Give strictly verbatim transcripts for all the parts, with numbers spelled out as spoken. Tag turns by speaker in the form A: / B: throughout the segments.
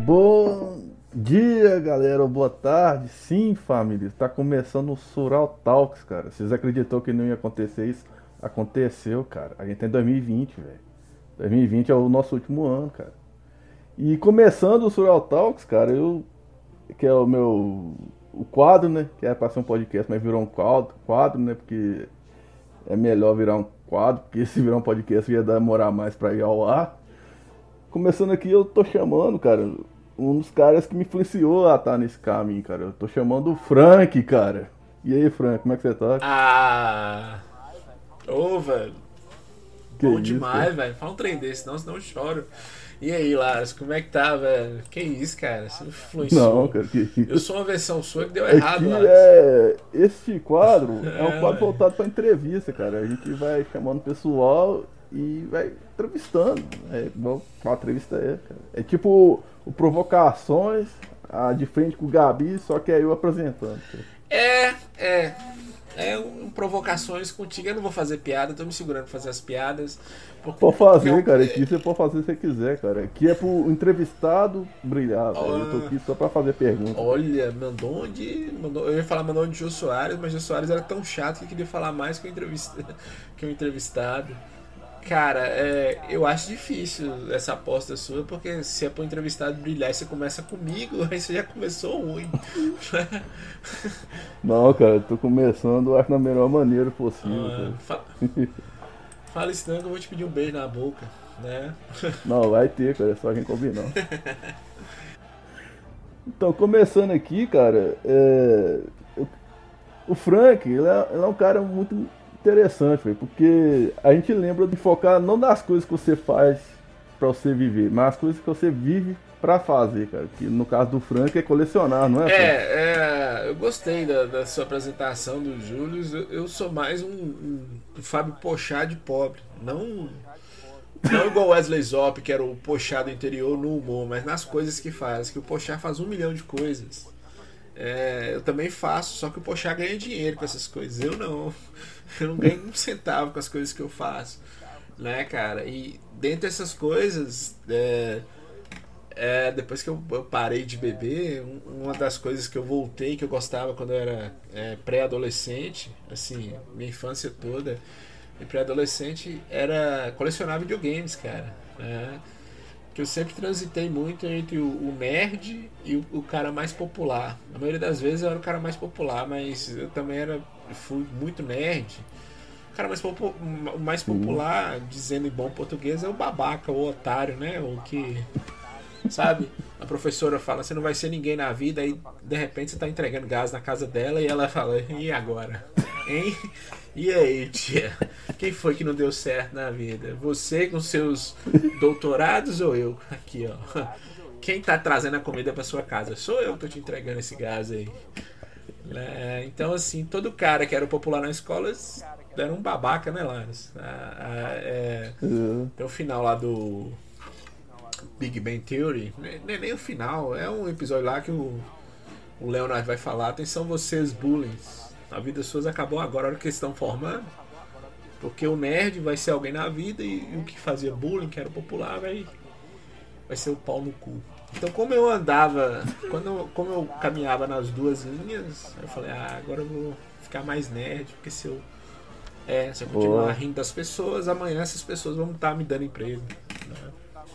A: Bom dia, galera, boa tarde. Sim, família, está começando o Sural Talks, cara. Vocês acreditou que não ia acontecer isso? Aconteceu, cara. A gente tá em dois mil e vinte, velho. dois mil e vinte é o nosso último ano, cara. E começando o Sural Talks, cara, eu que é o meu o quadro, né? Que era pra ser um podcast, mas virou um quadro, quadro, né? Porque é melhor virar um quadro, porque se virar um podcast ia demorar mais pra ir ao ar. Começando aqui, eu tô chamando, cara, um dos caras que me influenciou a estar nesse caminho, cara. Eu tô chamando o Frank, cara. E aí, Frank, como é que você tá?
B: Ah, ô, velho.
A: Que
B: Bom
A: isso, cara?
B: demais, velho. Fala um trem desse, não, senão eu choro. E aí, Laros, como é que tá, velho? Que isso, cara? Você me
A: Não,
B: influenciou.
A: cara, que
B: Eu
A: isso.
B: sou uma versão sua que deu errado,
A: Aqui
B: Laros.
A: é. Este quadro é um
B: É,
A: quadro
B: velho.
A: voltado pra entrevista, cara. A gente vai chamando o pessoal e vai entrevistando. É igual uma entrevista é, cara. É tipo o Provocações, a de frente com o Gabi, só que é eu apresentando, cara.
B: É, é. É um, provocações contigo. Eu não vou fazer piada, tô me segurando pra fazer as piadas. Porque,
A: Pode
B: porque
A: fazer,
B: eu,
A: cara. Aqui você pode fazer se você quiser, cara. Aqui é pro entrevistado brilhar, velho. Eu tô
B: ó,
A: aqui só pra fazer pergunta, cara.
B: olha, mandou onde. Mandou, eu ia falar mandou onde Jô Soares, mas Jô Soares era tão chato que queria falar mais que o, entrevista, que o entrevistado. Cara, é, eu acho difícil essa aposta sua, porque se é pro entrevistado brilhar e você começa comigo, aí você já começou ruim.
A: Não, cara, eu tô começando, acho, da melhor maneira possível,
B: Ah, fa-
A: cara.
B: fala isso não que eu vou te pedir um beijo na boca, né?
A: Não, vai ter, cara. É só a gente combinar. Então, começando aqui, cara, é, eu- o Frank, ele é, ele é um cara muito interessante, velho, porque a gente lembra de focar não nas coisas que você faz pra você viver, mas as coisas que você vive pra fazer, cara. Que no caso do Frank é colecionar, não é, Frank?
B: É, é, eu gostei da, da sua apresentação do Júlio. Eu, eu sou mais um, um, um Fábio Pochá de pobre. Não, não igual Wesley Zop, que era o Pochá do interior no humor, mas nas coisas que faz. Que o Pochá faz um milhão de coisas. É, eu também faço, só que o Pochá ganha dinheiro com essas coisas. Eu não. Eu não ganho um centavo com as coisas que eu faço. Né, cara? E dentre essas coisas, é, é, depois que eu, eu parei de beber, um- uma das coisas que eu voltei, que eu gostava quando eu era é, pré-adolescente, assim, minha infância toda, e pré-adolescente, era colecionar videogames, cara. Né? Que eu sempre transitei muito entre o, o nerd e o, o cara mais popular. A maioria das vezes eu era o cara mais popular, mas eu também era fui muito nerd. O cara mais, popu- o mais
A: Sim.
B: popular, dizendo em bom português, é o babaca, o otário, né? O que, sabe? A professora fala, você não vai ser ninguém na vida, aí de repente você tá entregando gás na casa dela e ela fala, e agora? Hein? E aí, tia? Quem foi que não deu certo na vida? Você com seus doutorados ou eu? Aqui, ó. Quem tá trazendo a comida pra sua casa? Sou eu que tô te entregando esse gás aí. É, então, assim, todo cara que era popular na escola era um babaca, né, Laros? Ah, ah, é,
A: É.
B: tem o final lá do Big Bang Theory, nem, nem o final, é um episódio lá que o, o Leonard vai falar: atenção, vocês, bullies, a vida suas acabou agora, a hora que eles estão formando, porque o nerd vai ser alguém na vida e, e o que fazia bullying, que era o popular, vai, vai ser o pau no cu. Então, como eu andava, quando eu, como eu caminhava nas duas linhas, eu falei: ah, agora eu vou ficar mais nerd, porque se eu, é, se eu continuar
A: Ó.
B: rindo das pessoas, amanhã essas pessoas vão estar me dando emprego. Né?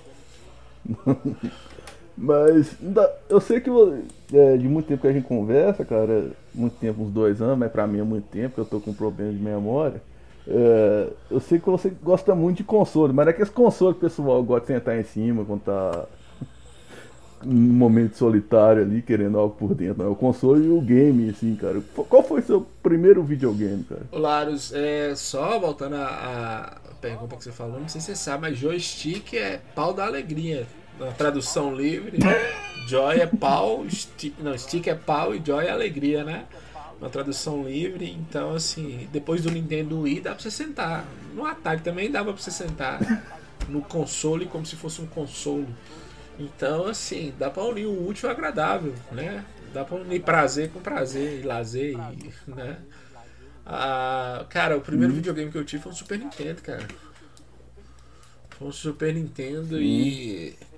A: Mas ainda- eu sei que vo- é, de muito tempo que a gente conversa, cara, muito tempo, uns dois anos, mas pra mim é muito tempo, que eu tô com problema de memória. É, eu sei que você gosta muito de console, mas não é que esse console que o pessoal gosta de sentar em cima quando tá num momento solitário ali, querendo algo por dentro. Não. É o console e o game, assim, cara. Qual foi o seu primeiro videogame, cara?
B: Ô, Larus, é, só voltando à à pergunta que você falou, não sei se você sabe, mas joystick é pau da alegria. Na tradução livre, joy é pau, stick, não, stick é pau e joy é alegria, né? Uma tradução livre, então assim, depois do Nintendo Wii dá pra você sentar. No Atari também dava pra você sentar no console como se fosse um console. Então, assim, dá pra unir o útil ao agradável, né? Dá pra unir prazer com prazer e lazer, e, né? Ah, cara, o primeiro
A: Sim,
B: videogame que eu tive foi um Super Nintendo, cara. Foi um Super Nintendo
A: sim.
B: e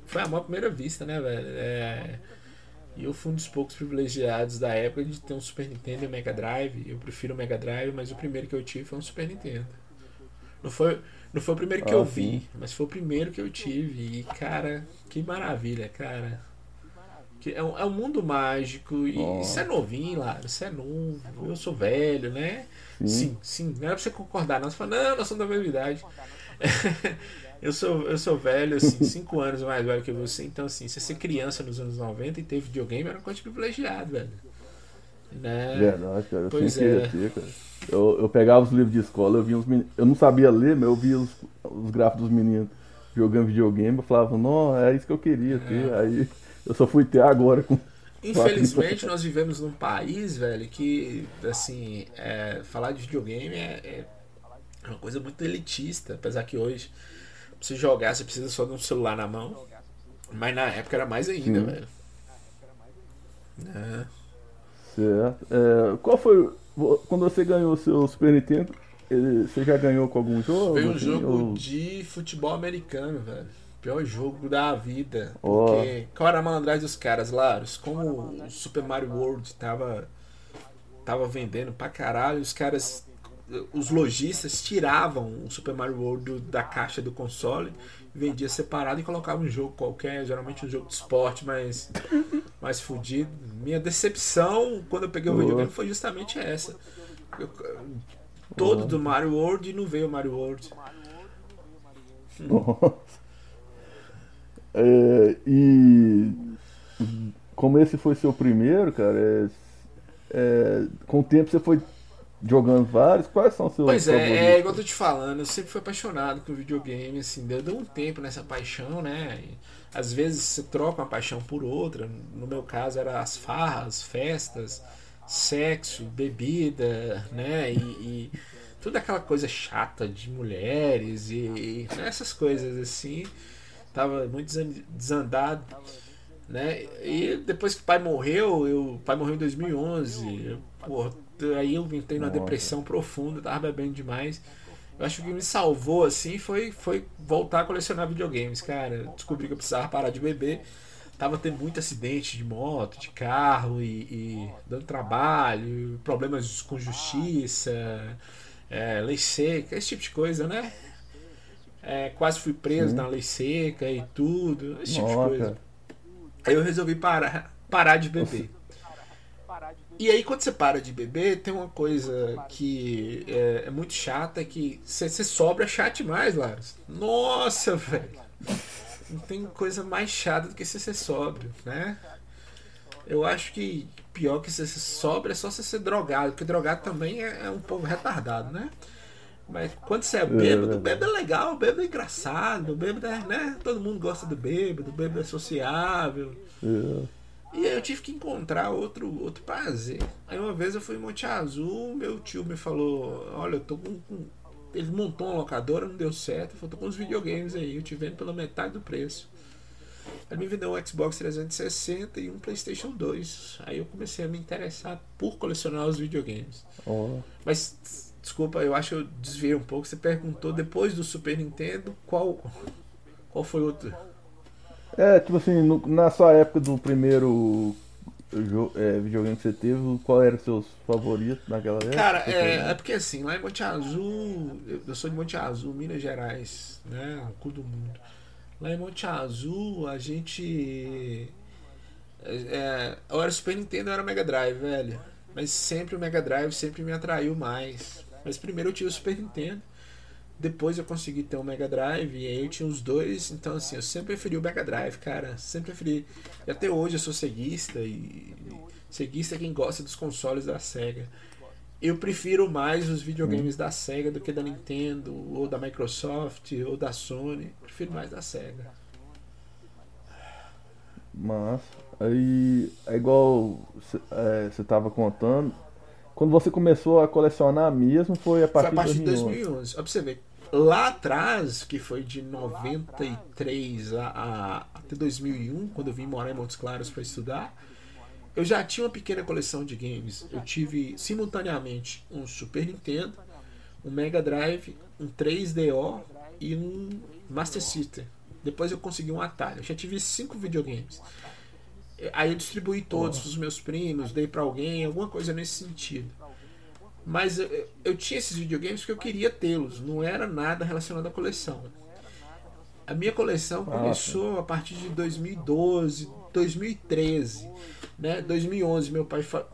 B: foi amor à primeira vista, né, velho? É, e eu fui um dos poucos privilegiados da época de ter um Super Nintendo e um Mega Drive. Eu prefiro o Mega Drive, mas o primeiro que eu tive foi um Super Nintendo. Não foi, não foi o primeiro que
A: Ah,
B: eu
A: sim.
B: vi, mas foi o primeiro que eu tive. E, cara, que maravilha, cara. Que é, um, é um mundo mágico. E isso é
A: Nossa,
B: novinho, lá. Isso é novo. Eu sou velho, né?
A: sim.
B: Sim, sim. Não era pra você concordar, não. Você fala, não, nós somos da mesma idade. Eu sou, eu sou velho, assim, cinco anos mais velho que você. Então, assim, você ser criança nos anos noventa e ter videogame era uma coisa privilegiada, velho. Né?
A: Verdade, cara. Eu sempre
B: Pois
A: queria
B: é.
A: ter, cara. Eu, eu pegava os livros de escola, eu via os meninos. Eu não sabia ler, mas eu via os, os gráficos dos meninos jogando videogame. Eu falava, não, é isso que eu queria ter. Aí eu só fui ter agora com quatro
B: Infelizmente, nós vivemos num país, velho, que, assim, é, falar de videogame é, é uma coisa muito elitista. Apesar que hoje, pra você jogar, você precisa só de um celular na mão. Mas na época era mais ainda,
A: Sim,
B: velho. É.
A: certo. É, qual foi. Quando você ganhou o seu Super Nintendo, ele- você já ganhou com algum
B: Foi
A: jogo,
B: um
A: assim?
B: jogo
A: Ou.
B: de futebol americano, velho. Pior jogo da vida.
A: Ó,
B: Porque qual era a malandragem dos caras, Laros? Como o Super Mario World tava, tava vendendo pra caralho, os caras. Os lojistas tiravam o Super Mario World do- da caixa do console, vendia separado e colocava um jogo qualquer, geralmente um jogo de esporte mais, mais fudido. Minha decepção quando eu peguei o
A: ó,
B: videogame foi justamente essa. Eu- todo
A: ó.
B: do Mario World e não veio o Mario World.
A: Nossa. É, e como esse foi seu primeiro, cara, é, é, com o tempo você foi jogando vários. Quais são seus
B: Pois é, é
A: favoritos,
B: igual eu
A: cara?
B: tô te falando, eu sempre fui apaixonado com videogame, assim, deu, deu um tempo nessa paixão, né? E, às vezes você troca uma paixão por outra, no meu caso era as farras, festas, sexo, bebida, né? E, e toda aquela coisa chata de mulheres e, e essas coisas assim, tava muito desandado, né? E depois que o pai morreu, eu, o pai morreu em dois mil e onze, eu, porra, aí eu entrei numa
A: Nossa.
B: depressão profunda, tava bebendo demais. Eu acho que o que me salvou assim foi, foi voltar a colecionar videogames, cara. Eu descobri que eu precisava parar de beber. Tava tendo muito acidente de moto, de carro e, e dando trabalho, problemas com justiça, é, lei seca, esse tipo de coisa, né? É, quase fui preso na
A: Sim.
B: lei seca e tudo, esse tipo de
A: Nossa,
B: coisa.
A: cara.
B: Aí eu resolvi parar, parar de
A: Você-
B: beber. E aí quando você para de beber, tem uma coisa que é, é muito chata, que você, você sobra chate mais, Laros. Nossa, velho. Não tem coisa mais chata do que você ser sóbrio, né? Eu acho que pior que você ser sóbrio é só você ser drogado, porque drogado também é, é um povo retardado, né? Mas quando você é
A: É
B: bêbado, bêbado
A: verdade.
B: é legal, bêbado é engraçado, bêbado é, né? Todo mundo gosta do bêbado, bêbado é sociável.
A: É.
B: E aí eu tive que encontrar outro, outro prazer. Aí uma vez eu fui em Monte Azul, meu tio me falou, olha, eu tô com. com... Ele montou uma locadora, não deu certo, eu falei, tô com uns videogames aí, eu te vendo pela metade do preço. Ele me vendeu um Xbox trezentos e sessenta e um PlayStation dois. Aí eu comecei a me interessar por colecionar os videogames.
A: Ó.
B: Mas, desculpa, eu acho que eu desviei um pouco. Você perguntou depois do Super Nintendo qual, qual foi outro.
A: É, tipo assim, no- na sua época do primeiro jo- é, videogame que você teve, qual eram os seus favoritos naquela
B: Cara,
A: época? Você se
B: é, é
A: lembra?
B: porque assim, lá em Monte Azul, eu, eu sou de Monte Azul, Minas Gerais, né? O cu do mundo. Lá em Monte Azul, a gente. É, ou era Super Nintendo ou era Mega Drive, velho. Mas sempre o Mega Drive sempre me atraiu mais. Mas primeiro eu tive o Super Nintendo, depois eu consegui ter o Mega Drive, e aí eu tinha os dois. Então, assim, eu sempre preferi o Mega Drive, cara. Sempre preferi. E até hoje eu sou ceguista, e. Ceguista é quem gosta dos consoles da Sega. Eu prefiro mais os
A: Sim.
B: videogames da Sega do que da Nintendo, ou da Microsoft, ou da Sony. Prefiro mais da Sega.
A: Mas, aí, é igual você é, você tava contando, quando você começou a colecionar mesmo foi a
B: Foi a
A: partir de
B: partir de
A: dois mil e onze.
B: dois mil e onze. Ó, pra você ver. Lá atrás, que foi de noventa e três a, a, até dois mil e um, quando eu vim morar em Montes Claros para estudar, eu já tinha uma pequena coleção de games. Eu tive simultaneamente um Super Nintendo, um Mega Drive, um três D O e um Master System. Depois eu consegui um atalho. Eu já tive cinco videogames. Aí eu distribuí todos para os meus primos, dei para alguém, alguma coisa nesse sentido. Mas eu, eu tinha esses videogames porque eu queria tê-los. Não era nada relacionado à coleção. A minha coleção começou a partir de dois mil e doze, dois mil e treze, né? dois mil e onze meu pai fa...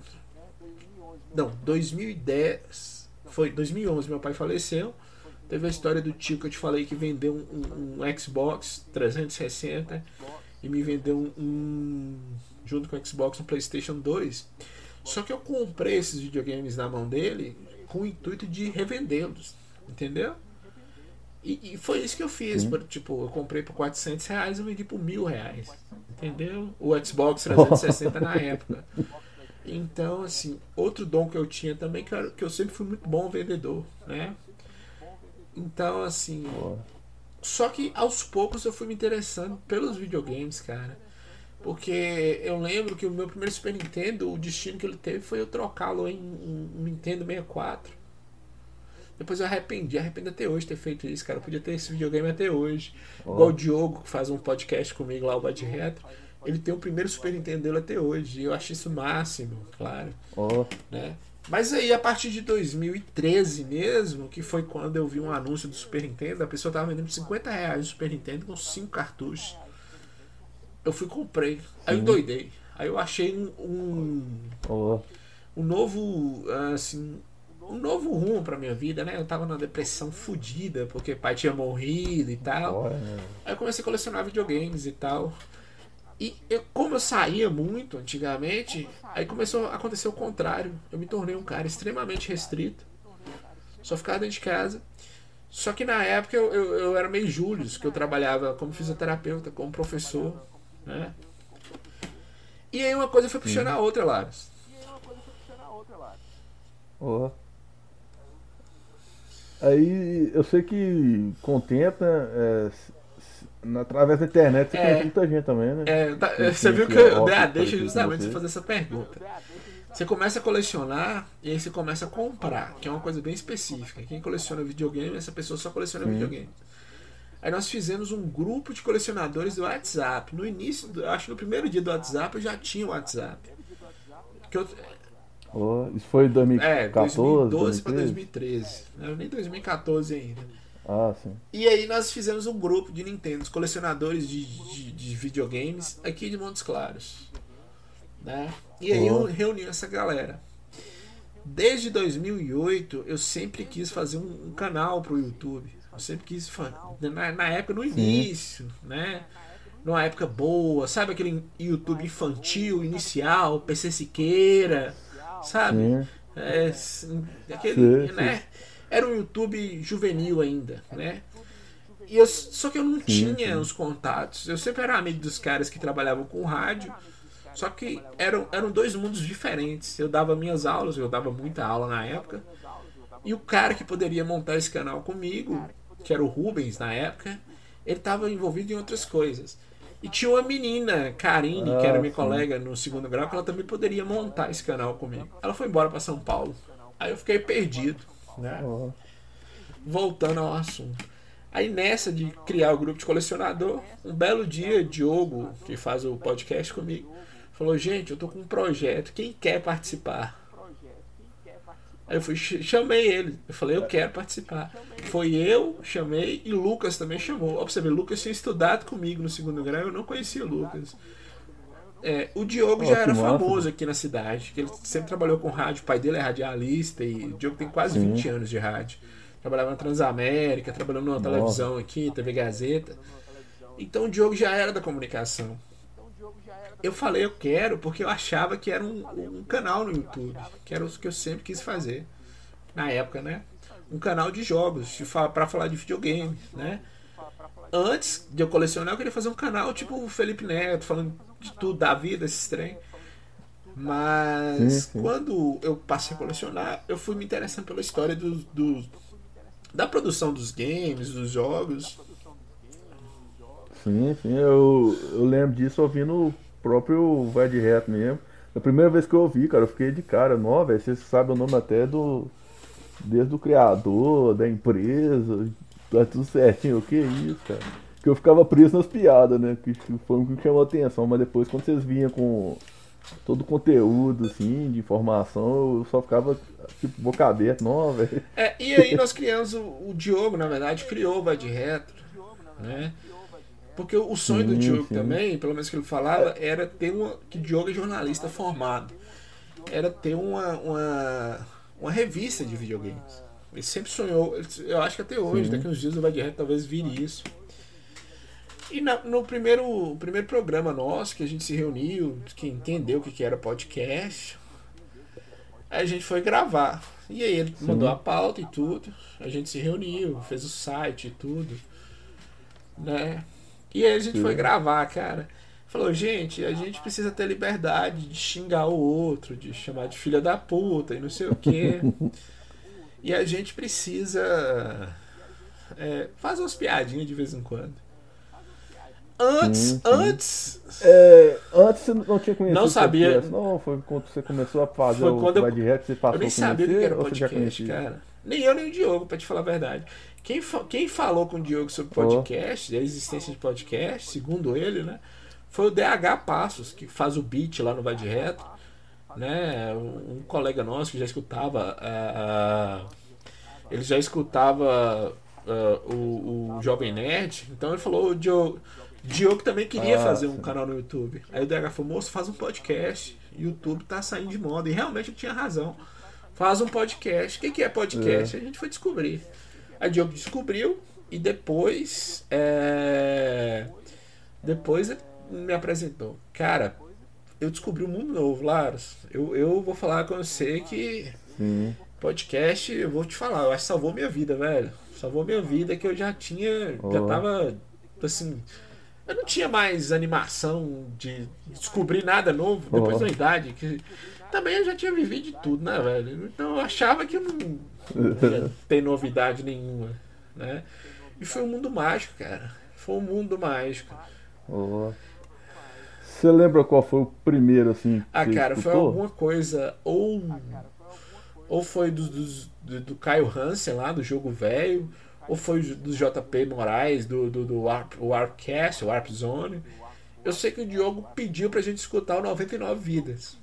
B: não, dois mil e dez, foi dois mil e onze meu pai faleceu. Teve a história do tio que eu te falei que vendeu um, um, um Xbox trezentos e sessenta e me vendeu um, um junto com o Xbox um PlayStation dois. Só que eu comprei esses videogames na mão dele com o intuito de revendê-los, entendeu? E, e foi isso que eu fiz. Por, tipo, eu comprei por quatrocentos reais e vendi por mil reais. Entendeu? O Xbox trezentos e sessenta na época. Então, assim, outro dom que eu tinha também, que eu, que eu sempre fui muito bom vendedor, né? Então, assim... Só que aos poucos eu fui me interessando pelos videogames, cara. Porque eu lembro que o meu primeiro Super Nintendo, o destino que ele teve foi eu trocá-lo em um Nintendo sessenta e quatro. Depois eu arrependi, arrependo até hoje ter feito isso, cara. Eu podia ter esse videogame até hoje. Oh. Igual o Diogo, que faz um podcast comigo lá, o Bate Retro. Ele tem o primeiro Super Nintendo dele até hoje. E eu acho isso o máximo, claro.
A: Oh.
B: Né? Mas aí, a partir de dois mil e treze mesmo, que foi quando eu vi um anúncio do Super Nintendo, a pessoa tava vendendo por cinquenta reais o Super Nintendo com cinco cartuchos. Eu fui e comprei. Aí eu endoidei. Aí eu achei um... Um,
A: oh.
B: um novo, assim... um novo rumo pra minha vida, né? Eu tava numa depressão fodida, porque pai tinha morrido e tal. Aí eu comecei a colecionar videogames e tal. E eu, como eu saía muito antigamente, aí começou a acontecer o contrário. Eu me tornei um cara extremamente restrito. Só ficava dentro de casa. Só que na época eu, eu, eu era meio Július, que eu trabalhava como fisioterapeuta, como professor, né? E aí uma coisa foi puxando a outra, Laros.
A: Oh. Aí eu sei que com o tempo, é, através da internet você
B: é,
A: conhece muita gente também, né?
B: É, tá, você viu que eu dei a deixa justamente de fazer essa pergunta. Você começa a colecionar e aí você começa a comprar, que é uma coisa bem específica. Quem coleciona videogame, essa pessoa só coleciona Sim. videogame. Aí nós fizemos um grupo de colecionadores do WhatsApp. No início, do, acho que no primeiro dia do WhatsApp eu já tinha o WhatsApp. Que eu,
A: Oh, isso foi em dois mil e quatorze?
B: É, dois mil e doze para dois mil e treze. Não era nem dois mil e quatorze ainda.
A: Ah, sim.
B: E aí nós fizemos um grupo de Nintendo, colecionadores de, de, de videogames aqui de Montes Claros. Né? E aí oh. eu reuni essa galera. Desde dois mil e oito eu sempre quis fazer um, um canal pro YouTube. Eu sempre quis na, na época, no início, sim. né? Numa época boa, sabe aquele YouTube infantil, inicial, P C Siqueira, sabe? É, aquele, sim, né? Sim. Era um YouTube juvenil ainda, né? E eu, só que eu não sim, tinha sim. os contatos. Eu sempre era amigo dos caras que trabalhavam com rádio. Só que eram, eram dois mundos diferentes. Eu dava minhas aulas, eu dava muita aula na época. E o cara que poderia montar esse canal comigo, que era o Rubens na época, ele estava envolvido em outras coisas. E tinha uma menina, Karine, ah, que era minha sim. colega no segundo grau, que ela também poderia montar esse canal comigo. Ela foi embora para São Paulo. Aí eu fiquei perdido, né? Oh. Voltando ao assunto. Aí nessa de criar o grupo de colecionador, um belo dia, Diogo, que faz o podcast comigo, falou, gente, eu tô com um projeto, quem quer participar? Aí eu fui, chamei ele, eu falei, eu quero participar. Foi eu, chamei, e Lucas também chamou. Ó, pra você ver, Lucas tinha estudado comigo no segundo grau, eu não conhecia o Lucas. É, o Diogo oh, já era massa. famoso aqui na cidade, que ele sempre trabalhou com rádio, o pai dele é radialista, e o Diogo tem quase Sim. vinte anos de rádio. Trabalhava na Transamérica, trabalhando numa Nossa. televisão aqui, T V Gazeta. Então o Diogo já era da comunicação. Eu falei, eu quero, porque eu achava que era um, um canal no YouTube, que era o que eu sempre quis fazer, na época, né? Um canal de jogos, para falar de videogame, né? Antes de eu colecionar, eu queria fazer um canal tipo o Felipe Neto, falando de tudo, da vida, esses trem. Mas sim, sim. quando eu passei a colecionar, eu fui me interessando pela história do, do, da produção dos games, dos jogos.
A: Sim, sim, eu, eu lembro disso ouvindo o próprio Vai de Reto mesmo. A primeira vez que eu ouvi, cara, eu fiquei de cara. Não, velho, você sabe o nome até do... Desde o criador, da empresa, tá tudo certinho. O que é isso, cara? que eu ficava preso nas piadas, né? Que foi o que chamou a atenção, mas depois quando vocês vinham com todo o conteúdo, assim, de informação, eu só ficava, tipo, boca aberta, não, velho.
B: É, e aí nós criamos, o, o Diogo, na verdade, criou o Vai de Retro, né? Porque o sonho
A: Sim,
B: do Diogo
A: sim.
B: também, pelo menos que ele falava, era ter uma. Que o Diogo é jornalista formado. Era ter uma, uma, uma revista de videogames. Ele sempre sonhou, eu acho que até hoje,
A: Sim.
B: daqui uns dias o Vai de Retro talvez vire isso. E na, no primeiro, primeiro programa nosso, que a gente se reuniu, que entendeu o que, que era podcast, a gente foi gravar. E aí ele
A: Sim.
B: mandou a pauta e tudo. A gente se reuniu, fez o site e tudo. Né? E aí a gente
A: Sim.
B: foi gravar, cara. Falou, gente, a gente precisa ter liberdade de xingar o outro, de chamar de filha da puta e não sei o quê. E a gente precisa é, fazer umas piadinhas de vez em quando. Antes,
A: Sim, sim.
B: antes.
A: É, antes você não tinha conhecido
B: Não sabia.
A: podcast, não? Foi quando você começou a fazer
B: Foi
A: o
B: quando eu-
A: Vai de Reto, você passou
B: Eu nem
A: a
B: sabia o que
A: conhecer,
B: era
A: ou você já
B: podcast,
A: conhecia?
B: cara. Nem eu, nem o Diogo, pra te falar a verdade. Quem, fa- quem falou com o Diogo sobre
A: Oh.
B: podcast, a existência de podcast, segundo ele, né? Foi o D H Passos, que faz o beat lá no Vai de Reto. Né? Um, um colega nosso que já escutava. ah, ah, ele já escutava ah, o, o Jovem Nerd. Então ele falou: o Diogo, Diogo também queria
A: Ah,
B: fazer um
A: sim.
B: canal no YouTube. Aí o D H falou: moço, faz um podcast. YouTube tá saindo de moda. E realmente eu tinha razão. Faz um podcast. O que, que é podcast?
A: É.
B: A gente foi descobrir. A Diogo descobriu e depois. é, Depois ele me apresentou. Cara, eu descobri um mundo novo, Laros. Eu, eu vou falar com você que
A: Sim.
B: podcast, eu vou te falar, eu acho que salvou minha vida, velho. Salvou minha vida que eu já tinha. Já
A: Oh.
B: tava. Assim. Eu não tinha mais animação de descobrir nada novo depois
A: Oh.
B: da idade. Que também eu já tinha vivido de tudo, né, velho? Então eu achava que eu não ia ter novidade nenhuma, né? E foi um mundo mágico, cara. Foi um mundo mágico.
A: Oh. Você lembra qual foi o primeiro, assim, que
B: Ah,
A: você
B: cara, foi
A: escutou?
B: alguma coisa. Ou. Ou foi do, dos- do, do Caio Hansen lá, do jogo velho. Ou foi do J P Moraes, do, do, do Warp, Warpcast, o Warp Zone. Eu sei que o Diogo pediu pra gente escutar o noventa e nove Vidas.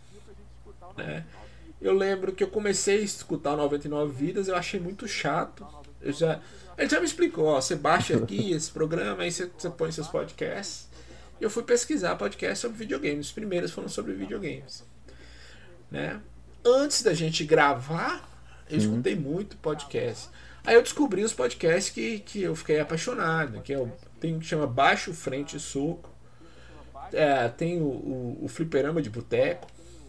B: Né? Eu lembro que eu comecei a escutar o noventa e nove Vidas, eu achei muito chato. Eu já, ele já me explicou, ó, você baixa aqui esse programa, aí você, você põe seus podcasts. E eu fui pesquisar podcasts sobre videogames. Os primeiros foram sobre videogames. Né? Antes da gente gravar, eu escutei muito podcast. Aí eu descobri os podcasts que, que eu fiquei apaixonado. Que é o, tem um que chama Baixo, Frente e Soco. É, tem o, o, o Fliperama de Boteco.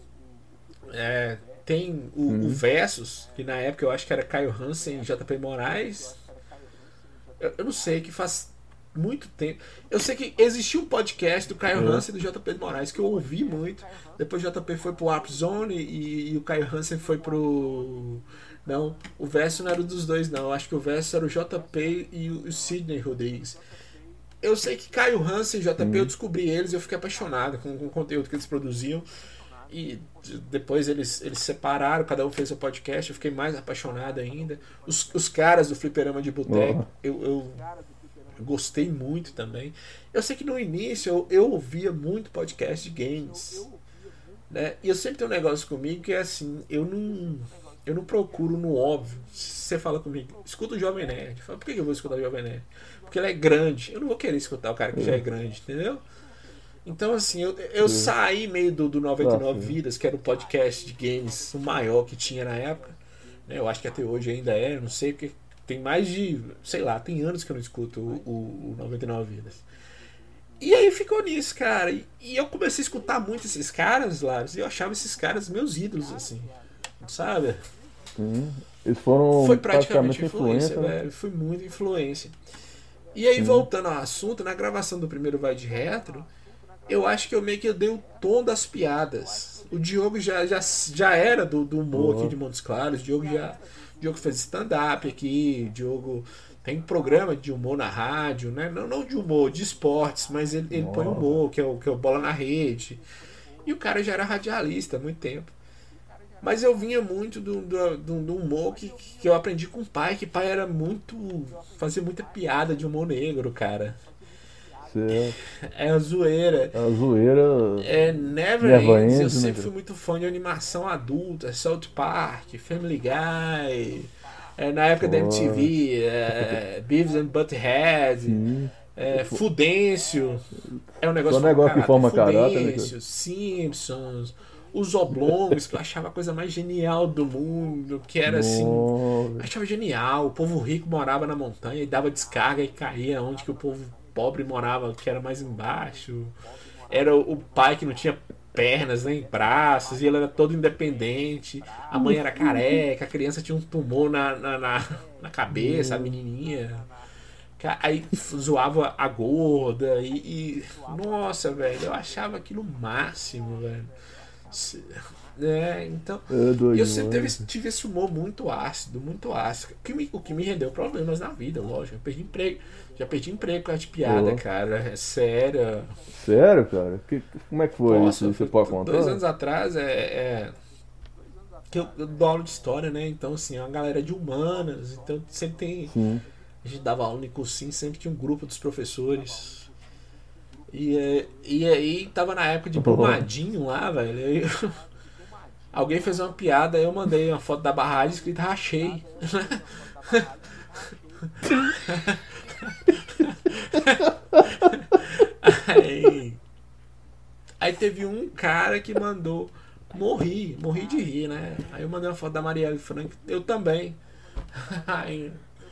B: É, tem o, o Versus, que na época eu acho que era Caio Hansen e J P Moraes. Eu, eu não sei, que faz muito tempo. Eu sei que existiu um podcast do Caio
A: É.
B: Hansen e do J P Moraes que eu ouvi muito. Depois o J P foi pro Warp Zone e, e o Caio Hansen foi pro. Não, o Verso não era um dos dois, não. Eu acho que o Verso era o J P e o, o Sidney Rodrigues. Eu sei que Caio Hansen e J P, eu descobri eles e eu fiquei apaixonado com, com o conteúdo que eles produziam. E depois eles, eles separaram, cada um fez seu podcast, eu fiquei mais apaixonado ainda. Os, os caras do Fliperama de Boteco, eu, eu, eu gostei muito também. Eu sei que no início eu, eu ouvia muito podcast de games. Né? E eu sempre tenho um negócio comigo que é assim, eu não, eu não procuro no óbvio. Se você fala comigo, escuta o Jovem Nerd. Eu falo, por que eu vou escutar o Jovem Nerd? Porque ele é grande. Eu não vou querer escutar o cara que já é grande, entendeu? Então, assim, eu, eu saí meio do, do noventa e nove
A: Nossa,
B: Vidas, que era o podcast de games o maior que tinha na época. Né? Eu acho que até hoje ainda é, eu não sei, porque tem mais de, sei lá, tem anos que eu não escuto o, o, o noventa e nove Vidas. E aí ficou nisso, cara. E, e eu comecei a escutar muito esses caras, Laros, e eu achava esses caras meus ídolos, assim. Sabe?
A: Sim. Eles foram
B: Foi praticamente
A: praticamente
B: influência,
A: influência, né?
B: velho. Foi muita influência. E aí, voltando ao assunto, na gravação do primeiro Vai de Retro, eu acho que eu meio que dei o tom das piadas. O Diogo já, já, já era do, do humor aqui de Montes Claros. O Diogo já o Diogo fez stand-up aqui. O Diogo tem programa de humor na rádio, né? Não, não de humor, de esportes, mas ele, ele põe humor, que é, o, que é o Bola na Rede. E o cara já era radialista há muito tempo. Mas eu vinha muito do, do, do, do humor que, que eu aprendi com o pai, que pai era muito. Fazia muita piada de humor negro, cara.
A: Certo.
B: É a zoeira.
A: A zoeira.
B: É Never,
A: Never
B: Ends.
A: Ends,
B: Eu
A: né,
B: sempre
A: cara?
B: fui muito fã de animação adulta, South Park, Family Guy. É, na época da
A: Pô,
B: M T V, é, Beavis and Butthead,
A: sim.
B: é, Fudêncio. É um
A: Só
B: negócio que forma
A: negócio que
B: caráter.
A: forma caráter, né, cara?
B: Fudêncio, Simpsons, os Oblongos, que eu achava a coisa mais genial do mundo, que era assim. Eu
A: Nossa.
B: achava genial. O povo rico morava na montanha e dava descarga e caía onde que o povo pobre morava, que era mais embaixo. Era o pai que não tinha pernas nem braços e ele era todo independente. A mãe era careca, a criança tinha um tumor na, na, na, na cabeça, a menininha. Aí zoava a gorda e, e. Nossa, velho, eu achava aquilo o máximo, velho. É, então.
A: É
B: E eu
A: doido,
B: sempre
A: mano.
B: teve, tive esse humor muito ácido, muito ácido. O que, me, o que me rendeu problemas na vida, lógico. Eu perdi emprego. Já perdi emprego com essa piada,
A: Ó.
B: cara. É sério.
A: Sério, cara? Que, como é que foi isso?
B: Posso,
A: Você
B: foi
A: pode
B: dois
A: contar?
B: anos atrás é. é que eu, eu dou aula de história, né? Então, assim, é uma galera de humanas. Então, sempre tem.
A: Sim.
B: A gente dava aula no cursinho, sempre tinha um grupo dos professores. E, é, e aí, tava na época de Brumadinho lá, velho. Aí, alguém fez uma piada, aí eu mandei uma foto da barragem escrito rachei. Aí, aí teve um cara que mandou morri, morri de rir, né? Aí eu mandei uma foto da Marielle Franco, eu também. Aí,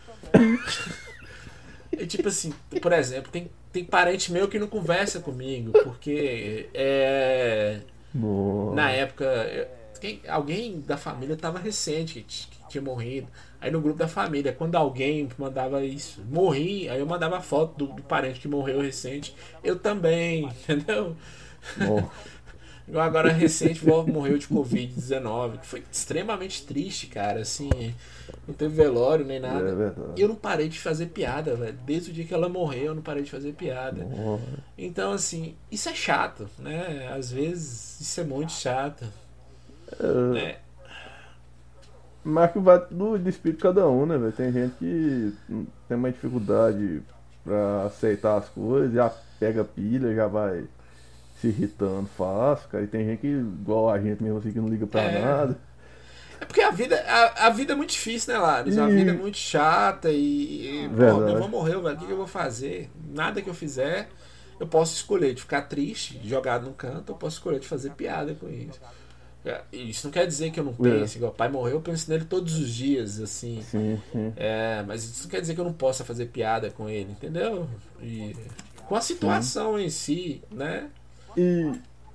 B: e tipo assim, por exemplo, tem, tem parente meu que não conversa comigo, porque é, na
A: Nossa.
B: época eu- quem- alguém da família tava recente que, t- que tinha morrido. Aí no grupo da família, quando alguém mandava isso, morri, aí eu mandava a foto do, do parente que morreu recente, eu também, entendeu?
A: Nossa.
B: Igual agora recente, vó morreu de covid dezenove, que foi extremamente triste, cara, assim, não teve velório nem
A: É
B: nada. E
A: verdade.
B: eu não parei de fazer piada, velho. Desde o dia que ela morreu, eu não parei de fazer piada.
A: Nossa.
B: Então, assim, isso é chato, né? Às vezes isso é muito chato,
A: É,
B: né?
A: mas que vai do, do espírito de cada um, né, velho? Tem gente que hum, tem uma dificuldade pra aceitar as coisas, já pega pilha, já vai se irritando fácil, cara. E tem gente que, igual a gente mesmo assim, que não liga pra
B: É.
A: nada.
B: É porque a vida, a, a vida é muito difícil, né, Laros? A vida é
A: E.
B: muito chata e, e pô, meu avô
A: Verdade.
B: morreu, velho. O que, que eu vou fazer? Nada que eu fizer, eu posso escolher de ficar triste, jogado num canto, eu posso escolher de fazer piada com isso. É, Isso não quer dizer que eu não
A: É,
B: pense, igual o pai morreu, eu penso nele todos os dias, assim.
A: sim, sim,
B: É, mas isso não quer dizer que eu não possa fazer piada com ele, entendeu? E com a
A: sim.
B: situação em si, né?
A: E.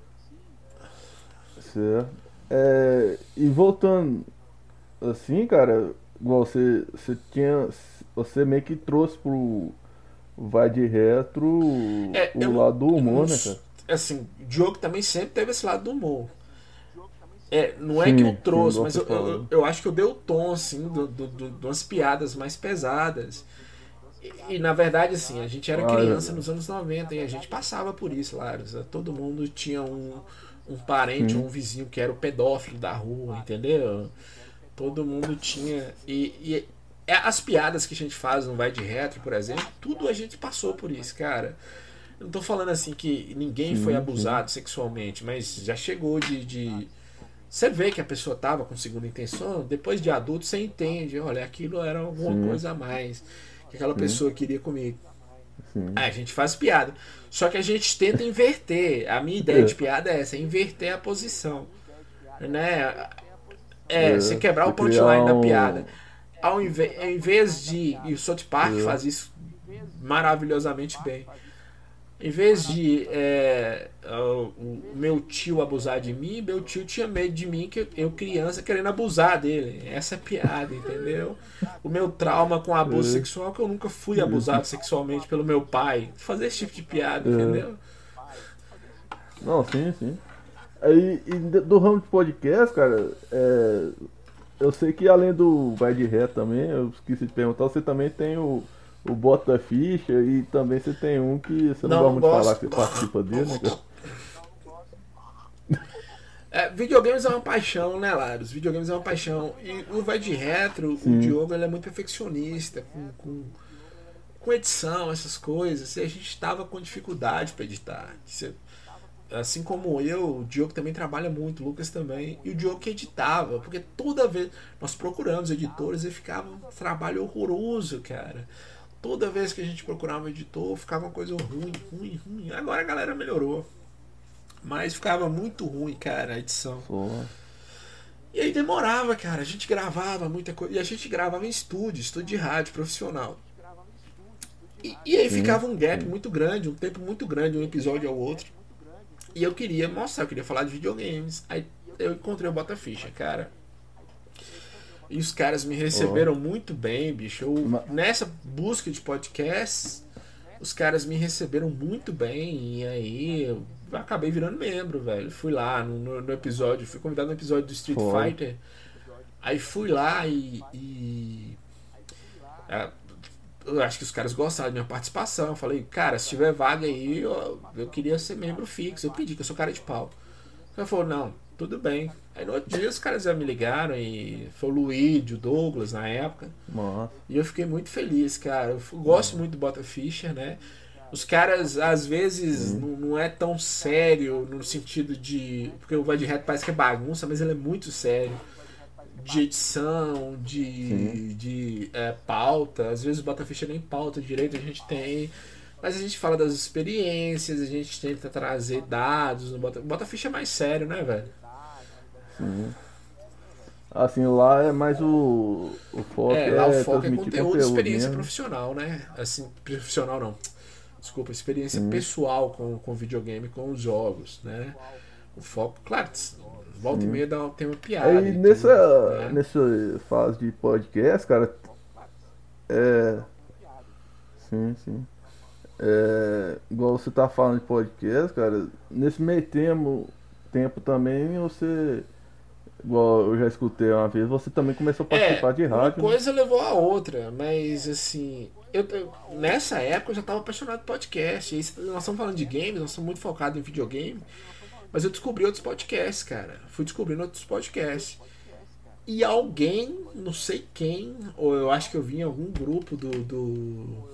A: Certo. É, e voltando assim, cara, igual você, você tinha. Você meio que trouxe pro Vai de Retro
B: É, eu
A: o
B: não,
A: lado do
B: eu não.
A: humor, né, cara?
B: Assim, o Diogo também sempre teve esse lado do humor. É, não é que eu
A: Sim, sim,
B: trouxe,
A: igual
B: mas
A: você
B: eu, eu,
A: falou.
B: eu acho que eu dei o tom, assim, do, do, do, de umas piadas mais pesadas. E, e, na verdade, assim, a gente era
A: Ah, é
B: criança
A: verdade.
B: nos anos noventa e a gente passava por isso, Laros. Todo mundo tinha um, um parente ou
A: Sim,
B: um vizinho que era o pedófilo da rua, entendeu? Todo mundo tinha. E, e é- as piadas que a gente faz no Vai de Retro, por exemplo, tudo a gente passou por isso, cara. Eu não tô falando assim que ninguém foi
A: sim, sim,
B: abusado sexualmente, mas já chegou de, de você vê que a pessoa estava com segunda intenção, depois de adulto você entende, olha, aquilo era alguma
A: sim,
B: coisa a mais que aquela
A: sim,
B: pessoa queria comigo.
A: sim.
B: Aí a gente faz piada. Só que a gente tenta inverter. A minha ideia de
A: É,
B: piada é essa, é inverter a posição. Né? É, você
A: é,
B: quebrar o
A: você criar
B: punchline da
A: um.
B: piada. Ao invés, ao invés de. E o South Park
A: É,
B: faz isso maravilhosamente bem. Em vez de é, o o meu tio abusar de mim, meu tio tinha medo de mim, que eu, criança, querendo abusar dele. Essa é a piada, entendeu? O meu trauma com abuso
A: é,
B: sexual, que eu nunca fui abusado sexualmente pelo meu pai. Fazer esse tipo de piada,
A: é.
B: entendeu?
A: Não, sim, sim. Aí, e de- do ramo de podcast, cara, é, eu sei que além do Vai de Ré também, eu esqueci de perguntar, você também tem o, o Bota da Ficha e também você tem um que você não
B: Não,
A: gosta
B: não
A: muito de falar que
B: gosto.
A: você participa dele, né, cara?
B: É, videogames é uma paixão, né, Laros? Videogames é uma paixão. E o Vai de Retro, o
A: Sim,
B: Diogo, ele é muito perfeccionista com, com com edição, essas coisas, e a gente estava com dificuldade para editar. Você, assim como eu, o Diogo também trabalha muito, o Lucas também, e o Diogo que editava, porque toda vez nós procuramos editores e ficava um trabalho horroroso, cara. Toda vez que a gente procurava um editor, ficava uma coisa ruim, ruim, ruim. Agora a galera melhorou, mas ficava muito ruim, cara, a edição.
A: Porra.
B: E aí demorava, cara, a gente gravava muita coisa, e a gente gravava em estúdio, estúdio de rádio profissional. E, e aí ficava um gap muito grande, um tempo muito grande, um episódio ao outro. E eu queria mostrar, eu queria falar de videogames. Aí eu encontrei o Bota Ficha, cara. E os caras me receberam oh. muito bem, bicho. Eu, nessa busca de podcasts, os caras me receberam muito bem. E aí eu acabei virando membro, velho. Fui lá no, no, no episódio, fui convidado no episódio do Street oh. Fighter. Aí fui lá e. e é, eu acho que os caras gostaram da minha participação. Eu falei, cara, se tiver vaga aí, eu, eu queria ser membro fixo. Eu pedi, que eu sou cara de pau. Ele falou, não, tudo bem. Aí no outro dia os caras já me ligaram e foi o Luigi, o Douglas na época.
A: Nossa.
B: E eu fiquei muito feliz, cara. Eu gosto Nossa. muito do Bota Ficha, né? Os caras, às vezes, não, não é tão sério no sentido de... Porque o Vai de Reto parece que é bagunça, mas ele é muito sério. De edição, de, de é, pauta. Às vezes o Bota Ficha nem pauta direito a gente tem. Mas a gente fala das experiências, a gente tenta trazer dados. No Bota, Bota Ficha é mais sério, né, velho?
A: Sim. Assim, lá é mais o, o foco.
B: É, lá
A: é
B: o foco é conteúdo,
A: conteúdo
B: experiência
A: mesmo.
B: profissional, né? Assim, profissional não. Desculpa, experiência
A: Sim.
B: pessoal com, com videogame, com os jogos, né? O foco, claro, volta Sim. e meia dá, tem uma piada.
A: Aí nessa,
B: tudo, né?
A: nessa fase de podcast, cara, é. Sim, sim. É, igual você tá falando de podcast, cara, nesse meio tempo, tempo também você. Igual eu já escutei uma vez, você também começou a participar
B: é,
A: de rádio.
B: Uma coisa né? levou a outra, mas assim, eu, eu, nessa época eu já estava apaixonado por podcast. E nós estamos falando de games, nós estamos muito focados em videogame, mas eu descobri outros podcasts, cara. Fui descobrindo outros podcasts. E alguém, não sei quem, ou eu acho que eu vi em algum grupo do. do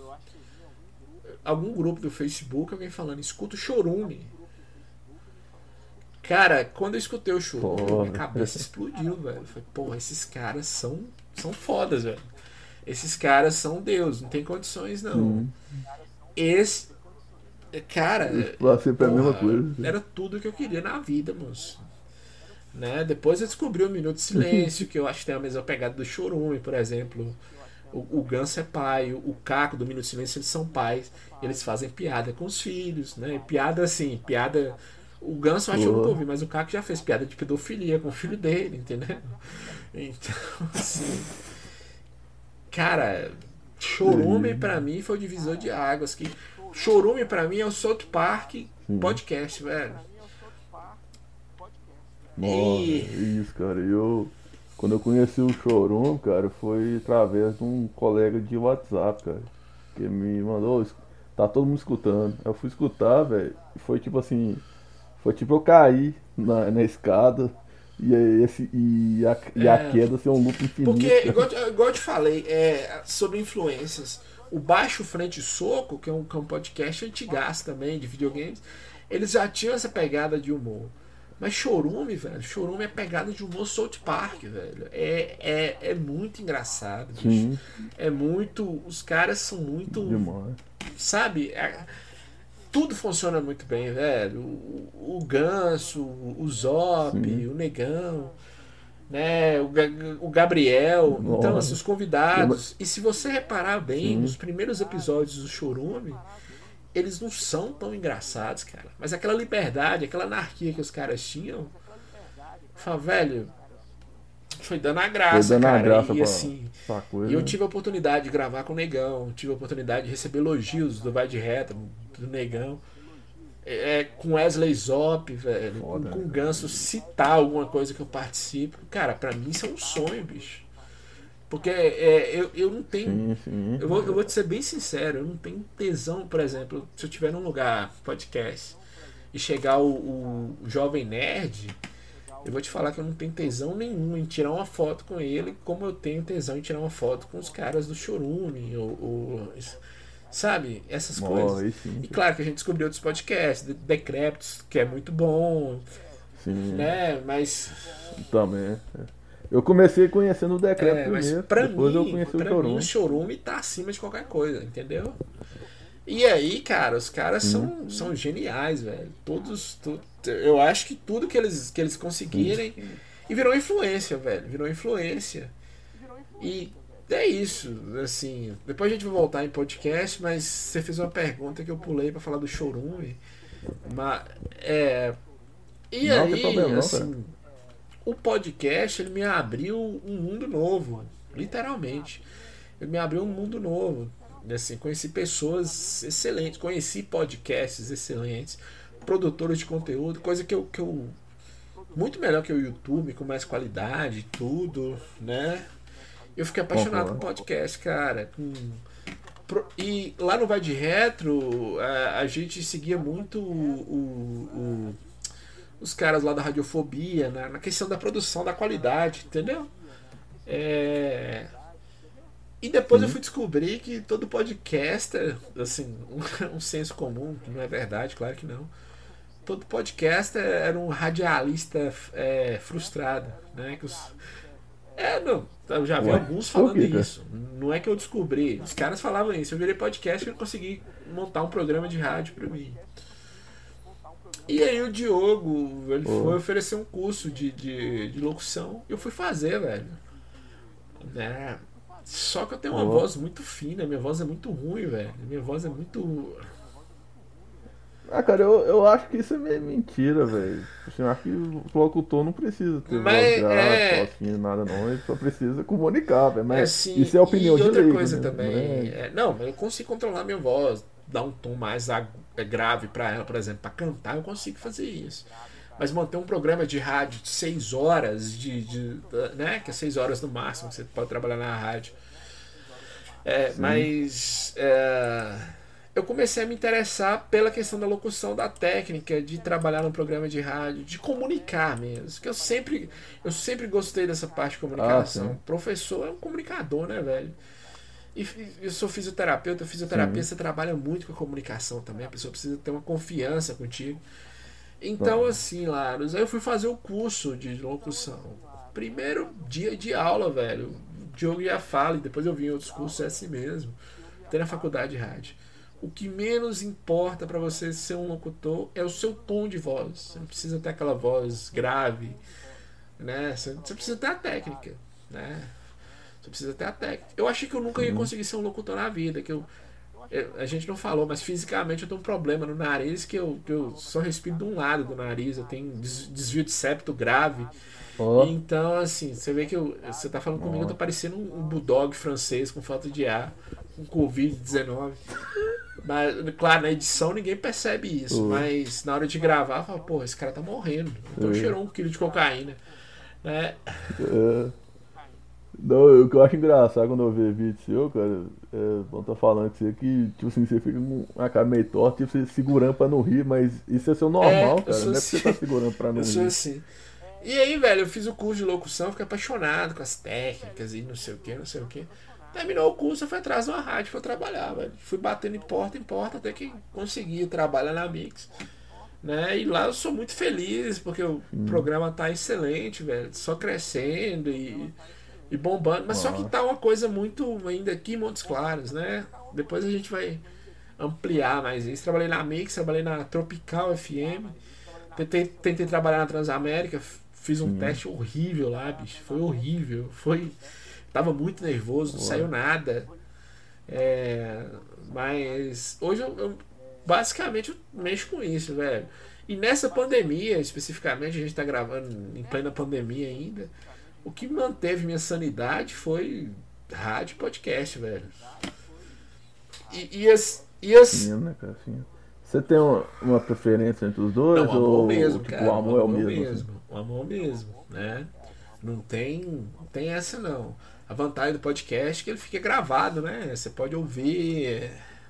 B: algum grupo do Facebook, alguém falando, escuta o Chorume. Cara, quando eu escutei o Chorume,
A: Porra.
B: minha cabeça explodiu, velho. Eu falei, porra, esses caras são, são fodas, velho. Esses caras são Deus, não tem condições, não. Hum. Esse. Cara.
A: Lá sempre é a mesma coisa.
B: Era tudo que eu queria na vida, moço. Né? Depois eu descobri o Minuto de Silêncio, que eu acho que tem a mesma pegada do Chorume, por exemplo. O, o Ganso é pai, o, o Caco do Minuto de Silêncio, eles são pais. Eles fazem piada com os filhos, né? Piada assim, piada. O Ganso eu acho que eu nunca ouvi, mas o Caco já fez piada de pedofilia com o filho dele, entendeu? Então, assim. Cara, Chorume pra mim foi o divisor de águas. Que Chorume pra mim é o South Park podcast, velho.
A: Nossa, e... isso, cara. Eu, quando eu conheci o Chorume, cara, foi através de um colega de WhatsApp, cara, que me mandou, tá todo mundo escutando. Eu fui escutar, velho, e foi tipo assim, foi tipo eu cair na, na escada e, esse, e, a, e a
B: é,
A: queda ser um loop infinito.
B: Porque, igual, igual eu te falei, é, sobre influências, o Baixo Frente Soco, que é um, que é um podcast antigaço também, de videogames, eles já tinham essa pegada de humor. Mas Chorume, velho, Chorume é pegada de humor South Park, velho. É, é, é muito engraçado, bicho. Sim. É muito. Os caras são muito.
A: Demais.
B: Sabe? É, tudo funciona muito bem, velho. O, o Ganso, o Zop, Sim. o Negão, né? O, o Gabriel. Nossa. Então, assim, os convidados. E se você reparar bem, Sim. nos primeiros episódios do Chorume, eles não são tão engraçados, cara. Mas aquela liberdade, aquela anarquia que os caras tinham, fala, velho, foi dando a graça,
A: foi dando
B: cara.
A: A graça
B: e
A: pra,
B: assim,
A: pra coisa,
B: eu
A: né?
B: tive a oportunidade de gravar com o Negão, tive a oportunidade de receber elogios do Vai de Reta, do Negão, é, com Wesley Zop, velho, Foda, com, com o Ganso, citar alguma coisa que eu participo. Cara, pra mim isso é um sonho, bicho. Porque é, eu, eu não tenho.
A: Sim, sim.
B: Eu, vou, eu vou te ser bem sincero, eu não tenho tesão, por exemplo, se eu estiver num lugar, podcast, e chegar o, o, o Jovem Nerd, eu vou te falar que eu não tenho tesão nenhum em tirar uma foto com ele, como eu tenho tesão em tirar uma foto com os caras do Chorume, ou, ou Sabe? Essas
A: Oh,
B: coisas.
A: aí sim.
B: E claro que a gente descobriu outros podcasts, de- Decrépitos, que é muito bom,
A: Sim,
B: né? Mas,
A: também. é. Eu comecei conhecendo o Decreto
B: é, mas
A: primeiro,
B: pra
A: depois eu
B: mim,
A: conheci o
B: pra mim o
A: Chorume.
B: Chorume tá acima de qualquer coisa, entendeu? E aí, cara, os caras
A: Sim,
B: são, são geniais, velho. Todos, tu- eu acho que tudo que eles, que eles
A: sim.
B: conseguirem. E virou influência, velho. Virou influência. E é isso, assim. Depois a gente vai voltar em podcast, mas você fez uma pergunta que eu pulei pra falar do Chorume. Mas, é. E
A: Não tem
B: aí,
A: problema não, cara.
B: assim, o podcast ele me abriu um mundo novo, literalmente. Ele me abriu um mundo novo. Assim, conheci pessoas excelentes, conheci podcasts excelentes, produtores de conteúdo, coisa que eu, que eu muito melhor que o YouTube, com mais qualidade, e tudo, né? Eu fiquei apaixonado com
A: Concordo.
B: podcast, cara. Com... pro- E lá no Vai de Retro, a, a gente seguia muito o, o- o- os caras lá da Radiofobia, na, na questão da produção, da qualidade, entendeu? É, E depois eu
A: Sim.
B: fui descobrir que todo podcaster, assim, um, um senso comum, que não é verdade, claro que não. Todo podcaster era um radialista é, frustrado, né? Que os, é, não, eu já vi
A: Ué,
B: alguns
A: por
B: falando
A: quê, cara?
B: isso. Não é que eu descobri. Os caras falavam isso. Eu virei podcast e eu consegui montar um programa de rádio pra mim. E aí o Diogo, ele foi
A: Pô,
B: oferecer um curso de, de, de locução e eu fui fazer, velho. Né? Só que eu tenho uma
A: pô.
B: voz muito fina, minha voz é muito ruim, velho. Minha voz é muito.
A: Ah, cara, eu, eu acho que isso é meio mentira, velho. Assim, eu acho que o locutor não precisa ter voz
B: Mas
A: grave,
B: é.
A: falsinha, nada não. Ele só precisa comunicar, velho.
B: É
A: Mas
B: assim.
A: isso é opinião
B: E
A: de
B: outra
A: leigo,
B: coisa
A: né? Não
B: também.
A: é...
B: É, não, eu consigo controlar minha voz, dar um tom mais agu- é, grave pra ela, por exemplo, pra cantar, eu consigo fazer isso. Mas manter um programa de rádio de seis horas, de, de, né? Que é seis horas no máximo que você pode trabalhar na rádio. É,
A: Sim,
B: mas é, eu comecei a me interessar pela questão da locução, da técnica, de trabalhar no programa de rádio, de comunicar mesmo. Que eu sempre, eu sempre gostei dessa parte de
A: ah,
B: comunicação.
A: sim,
B: O professor é um comunicador, né, velho? E eu sou fisioterapeuta, fisioterapia
A: sim.
B: você trabalha muito com a comunicação também, a pessoa precisa ter uma confiança contigo. Então,
A: Então,
B: assim, Laros, aí eu fui fazer o curso de locução. Primeiro dia de aula, velho. O Diogo já fala, e depois eu vi em outros cursos, é assim mesmo. Tem na faculdade de rádio. O que menos importa para você ser um locutor é o seu tom de voz. Você não precisa ter aquela voz grave, né? Você, você precisa ter a técnica, né? Você precisa ter a técnica. Eu achei que eu nunca ia
A: sim.
B: conseguir ser um locutor na vida, que eu eu- a gente não falou, mas fisicamente eu tenho um problema no nariz que eu, que eu só respiro de um lado do nariz. Eu tenho des- desvio de septo grave.
A: Ó,
B: Então, assim, você vê que eu, você tá falando comigo, eu tô
A: nossa.
B: parecendo um, um bulldog francês com falta de ar, com covid dezenove. Mas, claro, na edição ninguém percebe isso,
A: Ô,
B: mas na hora de gravar, eu falo, pô, esse cara tá morrendo. Então
A: é,
B: cheirou um quilo de cocaína. Né?
A: é. Não, o que eu acho engraçado quando eu vejo vídeo seu, cara, é, vão tá falando que você que, tipo assim, você fica com a cara meio torta, tipo, você segurando pra não rir, mas isso é seu
B: É,
A: normal,
B: eu
A: cara,
B: sou
A: não é porque
B: assim.
A: você tá segurando pra
B: Eu
A: não
B: sou
A: rir.
B: assim. E aí, velho, eu fiz o curso de locução, fiquei apaixonado com as técnicas e não sei o que, não sei o que. Terminou o curso, eu fui atrás de uma rádio pra trabalhar, velho. Fui batendo em porta em porta até que consegui trabalhar na Mix. Né? E lá eu sou muito feliz, porque o
A: Sim,
B: programa tá excelente, velho. Só crescendo e, e bombando. Mas só que
A: nossa,
B: tá uma coisa muito ainda aqui em Montes Claros, né? Depois a gente vai ampliar mais isso. Trabalhei na Mix, trabalhei na Tropical F M. Tentei, tentei trabalhar na Transamérica, f- fiz um
A: sim,
B: teste horrível lá, bicho. Foi horrível. Foi. Tava muito nervoso, não
A: ué,
B: saiu nada. É, mas hoje eu, eu basicamente eu mexo com isso, velho. E nessa pandemia, especificamente, a gente tá gravando em plena pandemia ainda. O que manteve minha sanidade foi rádio e podcast, velho. E, e as. E as
A: fino, né, cara, fino. Você tem uma, uma preferência entre os
B: não,
A: dois,
B: o amor
A: ou,
B: mesmo,
A: tipo, o
B: cara. O
A: amor é o
B: amor é o
A: mesmo, assim?
B: mesmo. O amor mesmo, né? Não tem, não tem essa não. A vantagem do podcast é que ele fica gravado, né? Você pode ouvir.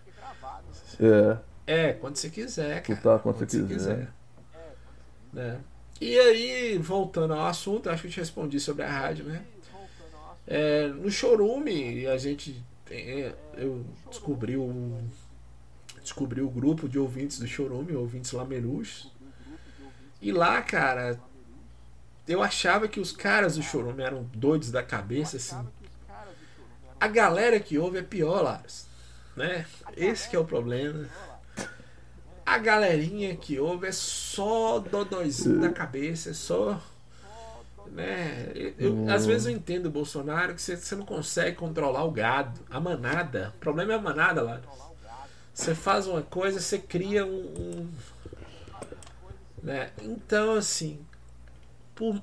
A: É,
B: É, quando você quiser, cara.
A: escutar quando você
B: Quando você
A: quiser.
B: quiser. Né? E aí, voltando ao assunto, acho que eu te respondi sobre a rádio, né? É, no Chorume, a gente tem, eu descobri o, descobri o grupo de ouvintes do Chorume, ouvintes Lamerus. E lá, cara, eu achava que os caras do Chorume eram doidos da cabeça, assim. A galera que ouve é pior, Laros, né? Esse que é o problema. A galerinha que ouve é só dodóizinho da cabeça, é só... Né? Eu, eu, às vezes eu entendo o Bolsonaro que você, você não consegue controlar o gado, a manada. O problema é a manada, Laros. Você faz uma coisa, você cria um... um né? Então, assim... Por...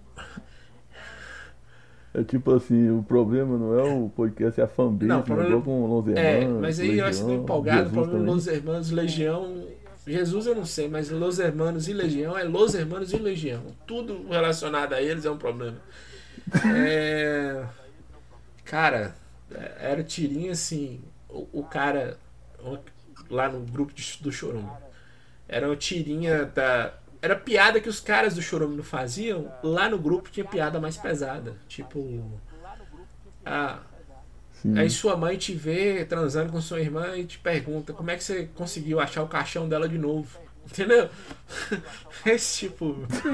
A: É tipo assim, o problema não é o podcast, é a fanbase,
B: não, problema...
A: né? Com Los Hermanos,
B: é, mas aí
A: Legião,
B: eu acho que tô empolgado. O problema
A: também.
B: Los Hermanos, Legião... Jesus eu não sei, mas Los Hermanos e Legião é Los Hermanos e Legião. Tudo relacionado a eles é um problema. É... Cara, era tirinha assim. O, o cara lá no grupo de, do Chorume era uma tirinha da. Era piada que os caras do Chorume não faziam. Lá no grupo tinha piada mais pesada. Tipo. Ah,
A: Sim.
B: aí sua mãe te vê transando com sua irmã e te pergunta como é que você conseguiu achar o caixão dela de novo. Entendeu? Esse tipo.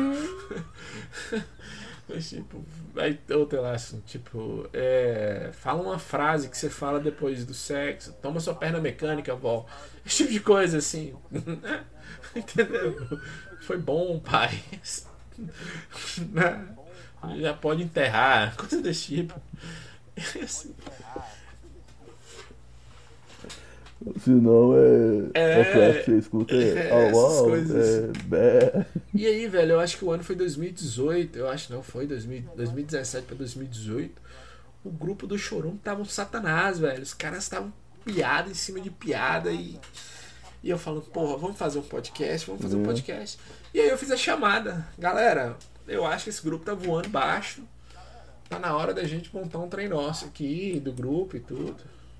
B: Esse tipo. Aí outro lá, assim, tipo. É, fala uma frase que você fala depois do sexo. Toma sua perna mecânica, vó. Esse tipo de coisa, assim. Entendeu? Foi bom, pai. Já pode enterrar. Coisa desse tipo. Assim.
A: Se não é.
B: É,
A: a frase que você escuta é.
B: é
A: Oh,
B: essas
A: wow,
B: coisas
A: é.
B: assim.
A: Bé.
B: E aí, velho, eu acho que o ano foi dois mil e dezoito. Eu acho que não, foi dois mil, dois mil e dezessete pra dois mil e dezoito. O grupo do Chorume tava um satanás, velho. Os caras estavam piada em cima de piada. E, e eu falando, porra, vamos fazer um podcast, vamos fazer um
A: É.
B: podcast. E aí eu fiz a chamada. Galera, eu acho que esse grupo tá voando baixo. Tá na hora da gente montar um trem nosso aqui, do grupo e tudo.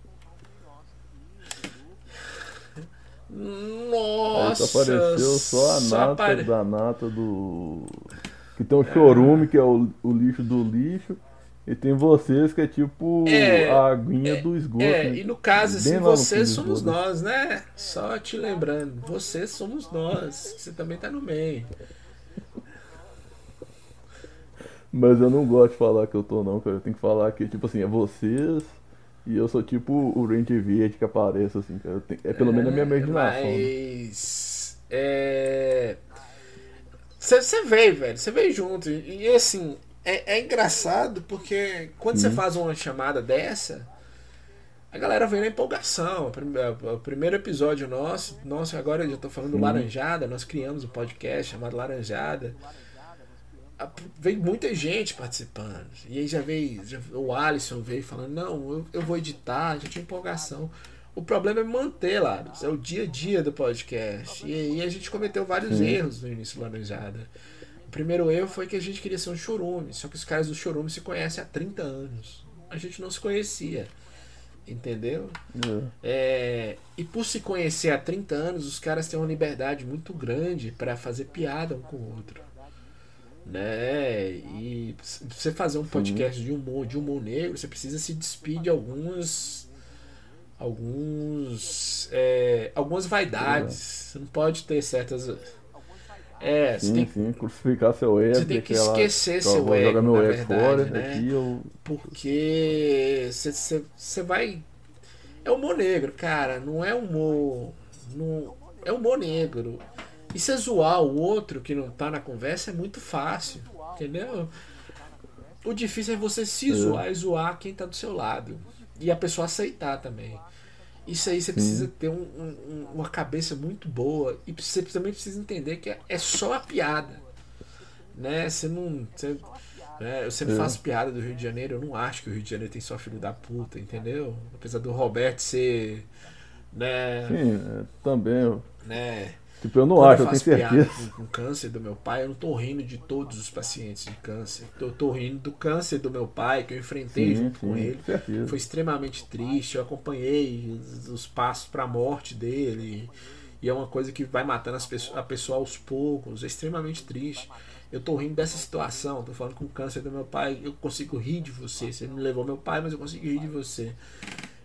B: Nossa!
A: Aí só apareceu só a
B: só
A: nata
B: apare...
A: da nata do. Que tem o Chorume, que é o, o lixo do lixo. E tem vocês, que é tipo
B: É,
A: a aguinha
B: é,
A: do esgoto.
B: É,
A: né?
B: e no caso, assim,
A: Bem lá no
B: vocês
A: fundo do
B: somos
A: esgoto.
B: nós, né? Só te lembrando, vocês somos nós. Você também tá no meio.
A: Mas eu não gosto de falar que eu tô, não, cara. Eu tenho que falar que, tipo assim, é vocês. E eu sou tipo o Ranger Verde que aparece, assim, cara. Eu tenho- É pelo menos a minha imaginação. Né?
B: Mas. É. Você veio, velho. Você veio junto. E, e, assim, é, é engraçado porque quando você
A: Sim.
B: faz uma chamada dessa, a galera vem na empolgação. O prime- O primeiro episódio nosso, nossa, agora eu já tô falando do
A: Sim.
B: Laranjada, nós criamos um podcast chamado Laranjada. A- Veio muita gente participando. E aí já veio, já- o Alisson veio falando, não, eu, eu vou editar, já tinha empolgação. O problema é manter, Laros, é o dia a dia do podcast. E aí a gente cometeu vários
A: Sim.
B: erros no início do Laranjada. O primeiro erro foi que a gente queria ser um chorume, só que os caras do chorume se conhecem há trinta anos. A gente não se conhecia. Entendeu?
A: É.
B: É, e por se conhecer há trinta anos, os caras têm uma liberdade muito grande para fazer piada um com o outro. Né? E pra você fazer um podcast de humor, de humor negro, você precisa se despir de alguns. Alguns. É, algumas vaidades. Você não pode ter certas. É, você
A: Sim,
B: tem,
A: sim, crucificar seu ego.
B: você tem que
A: aquela-
B: esquecer
A: só
B: seu
A: vou
B: ego,
A: jogar meu
B: na
A: ego
B: verdade,
A: fora.
B: né?
A: Aqui eu.
B: Porque você vai. É humor negro, cara. Não é humor. Não, é humor negro. E você zoar o outro que não tá na conversa é muito fácil. Entendeu? O difícil é você se
A: É.
B: zoar e zoar quem tá do seu lado. E a pessoa aceitar também. Isso aí você precisa ter um- um- uma cabeça muito boa. E você também precisa entender que é- é só a piada. Né? Você não. Você, né? Eu sempre
A: É.
B: faço piada do Rio de Janeiro. Eu não acho que o Rio de Janeiro tem só filho da puta, entendeu? Apesar do Roberto ser. Né?
A: Sim, é, também. eu-
B: né
A: Tipo, eu não
B: Quando
A: acho,
B: eu
A: eu tenho
B: faço piada
A: certeza.
B: com, com câncer do meu pai, eu não tô rindo de todos os pacientes de câncer. Eu tô rindo do câncer do meu pai, que eu enfrentei
A: Sim,
B: junto
A: sim,
B: com ele.
A: com certeza.
B: Foi extremamente triste. Eu acompanhei os, os passos pra morte dele. E é uma coisa que vai matando as pessoas, a pessoa aos poucos. É extremamente triste. Eu tô rindo dessa situação. Tô falando com o câncer do meu pai. Eu consigo rir de você. Você não levou meu pai, mas eu consigo rir de você.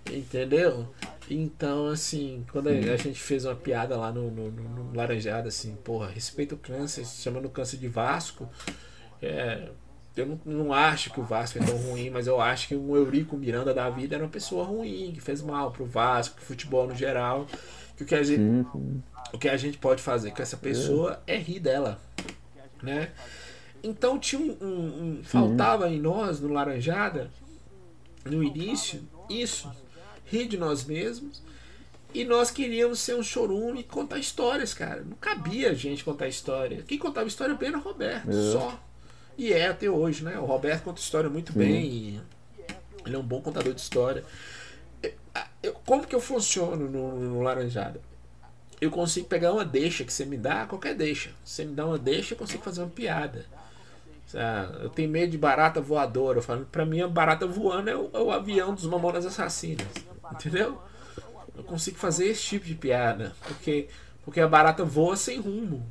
B: Entendeu? Então, assim, quando a, a gente fez uma piada lá no, no, no, no Laranjada, assim, porra, respeita o câncer, chamando o câncer de Vasco. É, eu não, não acho que o Vasco é tão ruim, mas eu acho que um Eurico Miranda da vida era uma pessoa ruim, que fez mal pro Vasco, pro futebol no geral. Que o que a gente,
A: Sim, sim.
B: o que a gente pode fazer com essa pessoa é, é rir dela, né? Então tinha um, um, um faltava em nós no Laranjada, no início, isso, rir de nós mesmos. E nós queríamos ser um chorume e contar histórias, cara. Não cabia a gente contar história. Quem contava história bem era o Roberto,
A: É.
B: só. E é até hoje, né? O Roberto conta história muito
A: Sim.
B: bem. E ele é um bom contador de história. Eu, eu, como que eu funciono no, no Laranjada? Eu consigo pegar uma deixa que você me dá, qualquer deixa. Você me dá uma deixa, eu consigo fazer uma piada. Eu tenho medo de barata voadora. Eu falo, pra mim, a barata voando é o, é o avião dos Mamonas Assassinas. Entendeu? Eu consigo fazer esse tipo de piada. Porque, porque a barata voa sem rumo.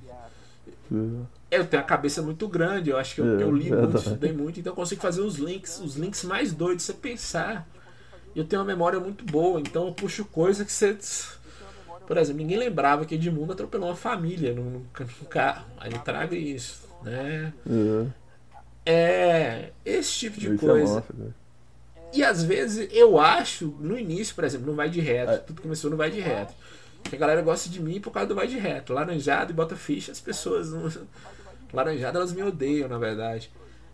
B: Eu tenho a cabeça muito grande. Eu acho que eu,
A: É,
B: eu li
A: verdade.
B: muito, estudei muito. Então eu consigo fazer os links, os links mais doidos. Você pensar. Eu tenho uma memória muito boa. Então eu puxo coisa que você... Por exemplo, ninguém lembrava que Edmundo atropelou uma família no, no carro. Aí ele traga isso, né?
A: É.
B: É esse tipo de
A: Isso é
B: coisa.
A: massa, cara.
B: E às vezes eu acho, no início, por exemplo, não vai de reto.
A: É.
B: Tudo começou no vai de reto. Porque a galera gosta de mim por causa do vai de reto. Laranjado e bota ficha, as pessoas não... Laranjado, elas me odeiam, na verdade.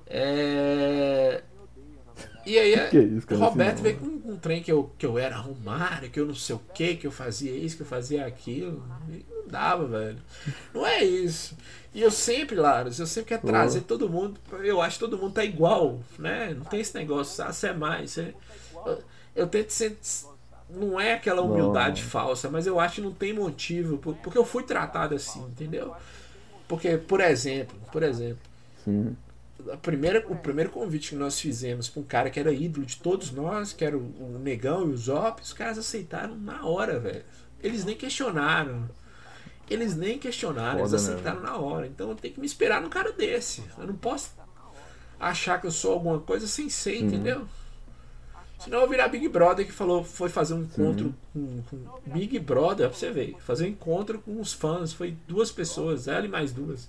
B: É... E aí
A: Que isso,
B: o
A: cara,
B: Roberto
A: assim,
B: veio com um trem que eu, que eu era arrumário, que eu não sei o que, que eu fazia isso, que eu fazia aquilo. E não dava, velho. Não é isso. E eu sempre, Laros, eu sempre quero
A: Pô.
B: trazer todo mundo. Eu acho que todo mundo tá igual, né? Não tem esse negócio, ah, você é mais. Você... Eu, eu tento ser. Não é aquela humildade
A: Não.
B: falsa, mas eu acho que não tem motivo. por- Porque eu fui tratado assim, entendeu? Porque, por exemplo, por exemplo,
A: Sim.
B: a primeira, o primeiro convite que nós fizemos para um cara que era ídolo de todos nós, que era o, o Negão e o Zop, os caras aceitaram na hora, velho. Eles nem questionaram. Eles nem questionaram,
A: Foda,
B: eles
A: né,
B: aceitaram na hora. Então eu tenho que me esperar num cara desse. Eu não posso achar que eu sou alguma coisa sem ser,
A: Sim.
B: entendeu? Senão eu vou virar Big Brother que falou, foi fazer um encontro com, com Big Brother, pra você ver. Fazer um encontro com os fãs. Foi duas pessoas, ela e mais duas.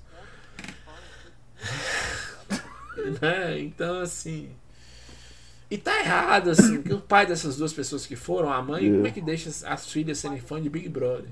B: Né? Então, assim. E tá errado, assim, que o pai dessas duas pessoas que foram, a mãe,
A: É.
B: como é que deixa as filhas serem fã de Big Brother?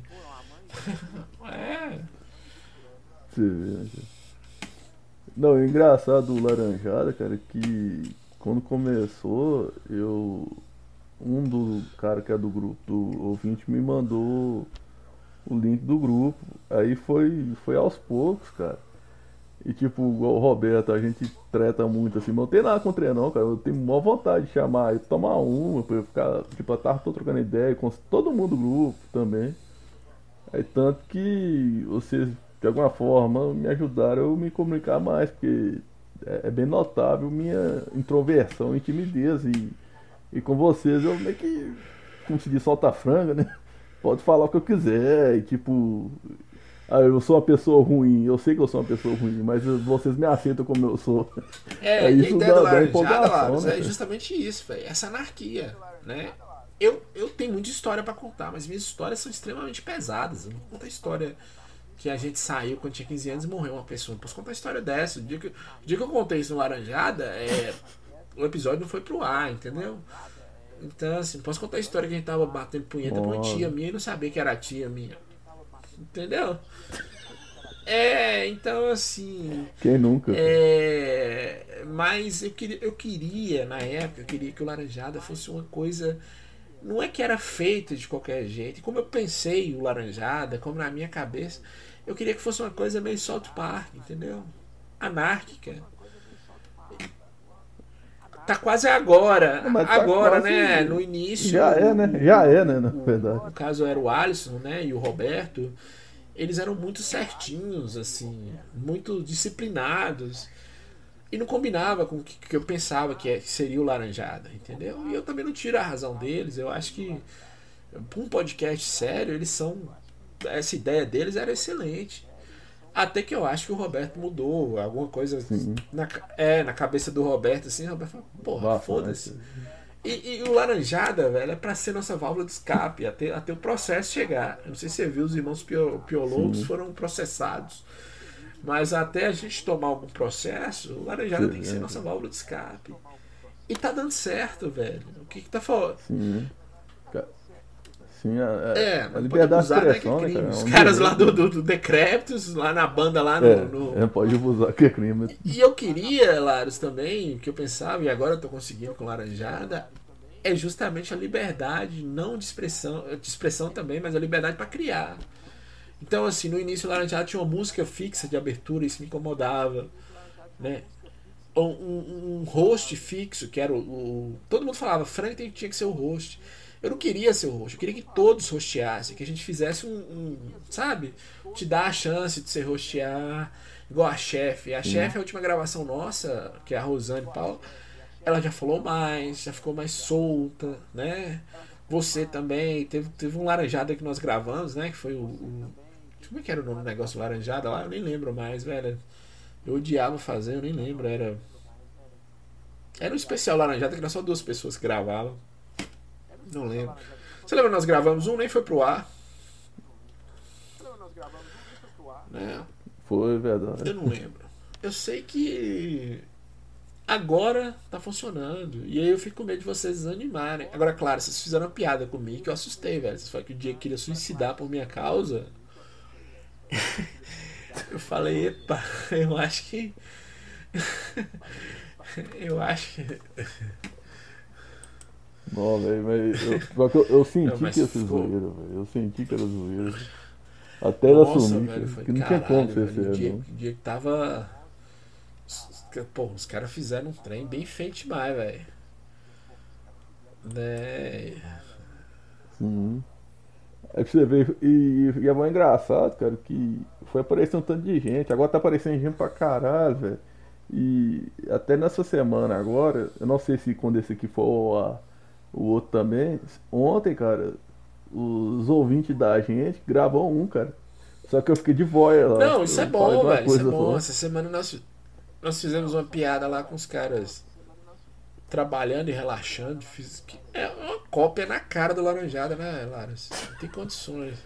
B: É.
A: Você vê, né, cara? Não, o engraçado do Laranjada, cara, que quando começou, eu. Um do cara que é do grupo, do ouvinte, me mandou o link do grupo. Aí foi, foi aos poucos, cara. E tipo, igual o Roberto, a gente treta muito assim, mas não tem nada contra ele não, cara. Eu tenho maior vontade de chamar ele, tomar uma, pra eu ficar, tipo, eu tava tô trocando ideia com todo mundo do grupo também. Aí tanto que vocês, de alguma forma, me ajudaram a me comunicar mais, porque é, é bem notável minha introversão e timidez. E, e com vocês eu meio que, como se diz, solta a franga, né? Pode falar o que eu quiser, e tipo. Ah, eu sou uma pessoa ruim, eu sei que eu sou uma pessoa ruim, mas vocês me aceitam como eu sou.
B: É,
A: É
B: e a
A: isso
B: ideia
A: da-
B: do
A: da
B: Laranjada,
A: empolgação,
B: Laros,
A: né,
B: é
A: cara?
B: justamente isso, velho. Essa anarquia, né? Eu, eu tenho muita história pra contar, mas minhas histórias são extremamente pesadas. Eu não conto a história que a gente saiu quando tinha quinze anos e morreu uma pessoa. Não posso contar a história dessa. O dia que, o dia que eu contei isso no Laranjada, é, o episódio não foi pro ar, entendeu? Então, assim, não posso contar a história que a gente tava batendo punheta pra uma
A: Nossa.
B: tia minha e não sabia que era a tia minha. Entendeu? É, então, assim.
A: Quem nunca?
B: É, mas eu queria, eu queria, na época, eu queria que o Laranjada fosse uma coisa. Não é que era feita de qualquer jeito. E como eu pensei o Laranjada, como na minha cabeça, eu queria que fosse uma coisa meio South Park, entendeu? Anárquica. Tá quase agora.
A: Não, mas tá
B: agora,
A: quase-
B: né? No início.
A: Já é, né? Já é, né, na
B: o-
A: verdade.
B: No caso era o Alisson, né? E o Roberto. Eles eram muito certinhos, assim, muito disciplinados. E não combinava com o que, que eu pensava que é- que seria o Laranjada, entendeu? E eu também não tiro a razão deles. Eu acho que, para um podcast sério, eles são. Essa ideia deles era excelente. Até que eu acho que o Roberto mudou alguma coisa
A: Sim.
B: na, ca- é, na cabeça do Roberto, assim. O Roberto falou, porra,
A: Bastante.
B: foda-se. E, e o Laranjada, velho, é pra ser nossa válvula de escape, até, até o processo chegar. Eu não sei se você viu, os irmãos Pio, Piologos foram processados. Mas até a gente tomar algum processo, o Laranjada
A: Sim,
B: tem que ser
A: é.
B: nossa válvula de escape. E tá dando certo, velho. O que que tá falando?
A: Sim. Ca- Sim, a,
B: É,
A: a, a
B: não podemos
A: liberdade de
B: usar, né, que
A: expressão, né,
B: crime.
A: cara? É
B: Os
A: um
B: caras lá do,
A: direito.
B: do, do Decréptos, lá na banda, lá no...
A: É,
B: no-
A: é, pode usar que é crime.
B: E eu queria, Laros, também, o que eu pensava, e agora eu tô conseguindo com Laranjada, é justamente a liberdade, não de expressão, de expressão também, mas a liberdade para criar. Então, assim, no início o Laranjada tinha uma música fixa de abertura, isso me incomodava, né? Um, um, um host fixo, que era o, o- todo mundo falava, Frank tem- tinha que ser o host. Eu não queria ser o host, eu queria que todos hosteassem, que a gente fizesse um, um, sabe? Te dar a chance de ser hostear, igual a chefe. A chefe, a última gravação nossa, que é a Rosane Paulo, ela já falou mais, já ficou mais solta, né? Você também, teve, teve um Laranjada que nós gravamos, né? Que foi o, o- como é que era o nome do negócio Laranjada lá? Eu nem lembro mais, velho. Eu odiava fazer, eu nem lembro. Era. Era um especial Laranjada que era só duas pessoas que gravavam. Não lembro. Você lembra que nós gravamos um, nem foi pro ar? Né?
A: Foi verdade.
B: Eu não lembro. Eu sei que agora tá funcionando. E aí eu fico com medo de vocês desanimarem. Agora, claro, vocês fizeram uma piada comigo que eu assustei, velho. Vocês falaram que o dia que queria suicidar por minha causa. Eu falei, epa, eu acho que. Eu acho que.
A: Não, velho, mas eu, só que eu, eu senti
B: Não, mas
A: que ia ser
B: ficou-
A: zoeira, velho. Eu senti que era zoeira. Até ela
B: Nossa,
A: assumir,
B: velho,
A: cara,
B: foi
A: que não
B: caralho,
A: tinha como ser
B: velho. O
A: sério,
B: dia,
A: não.
B: o dia que tava. Pô, os caras fizeram um trem bem feito demais, velho. Né?
A: Sim. É que você vê, e, e é mais engraçado, cara, que foi aparecendo um tanto de gente, agora tá aparecendo gente pra caralho, velho. E até nessa semana agora, eu não sei se quando esse aqui for a- o outro também, ontem, cara, os ouvintes da gente gravam um, cara. Só que eu fiquei de voia lá.
B: Não, isso é
A: Eu falei
B: bom,
A: uma
B: velho. Isso é
A: coisa
B: bom.
A: só.
B: Essa semana nós, nós fizemos uma piada lá com os caras trabalhando e relaxando. Fiz, que é uma cópia na cara do Laranjada, né, Laras? Não tem condições.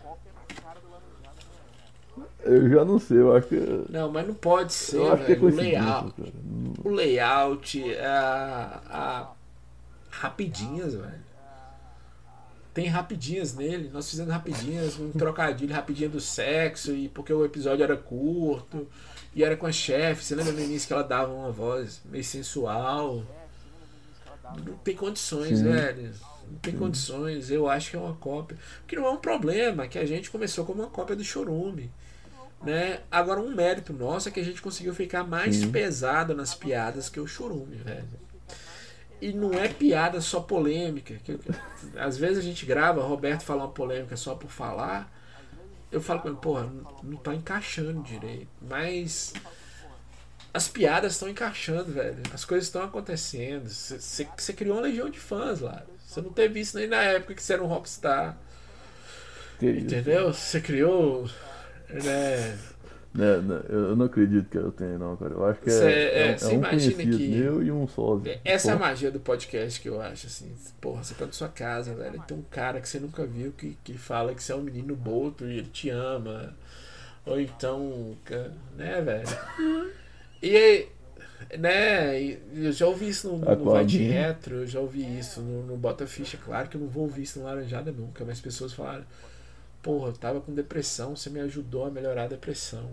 A: Eu já não sei, eu acho que.
B: Não, mas não pode ser,
A: Eu acho que é
B: velho. O
A: coincidência,
B: layout,
A: cara.
B: o layout, a, a rapidinhas, velho. Tem rapidinhas nele. Nós fizemos rapidinhas, um trocadilho rapidinho do sexo, e porque o episódio era curto, e era com a chefe. Você lembra no início que ela dava uma voz meio sensual? Não tem condições,
A: Sim.
B: velho. Não tem condições. Eu acho que é uma cópia. Que não é um problema, que a gente começou como uma cópia do Chorume. Né? Agora, um mérito nosso é que a gente conseguiu ficar mais
A: Sim.
B: pesado nas piadas que o Chorume, velho. E não é piada só polêmica. Que, que- às vezes a gente grava, Roberto fala uma polêmica só por falar. Eu falo com ele, porra, não, não tá encaixando direito. Mas as piadas estão encaixando, velho. As coisas estão acontecendo. Você criou uma legião de fãs lá. Você não teve isso nem na época que você era um rockstar.
A: Que isso.
B: Entendeu? Você criou. Né,
A: Né, né, eu não acredito que eu tenho, não, cara. Eu acho que é,
B: Cê-
A: é,
B: é,
A: um-
B: cê
A: é um
B: imagina
A: conhecido
B: que-
A: meu e um sócio.
B: essa é a
A: Só-
B: magia do podcast que eu acho, assim. Porra, você tá na sua casa, velho. Tem um cara que você nunca viu que, que fala que você é um menino boto e ele te ama. Ou então, ca- né, velho? E aí, né, e eu já ouvi isso no,
A: A
B: no Vai de
A: Claudinha.
B: Retro, eu já ouvi isso no, no Bota Ficha. Claro que eu não vou ouvir isso no Laranjada nunca, mas pessoas falaram: porra, eu tava com depressão, você me ajudou a melhorar a depressão.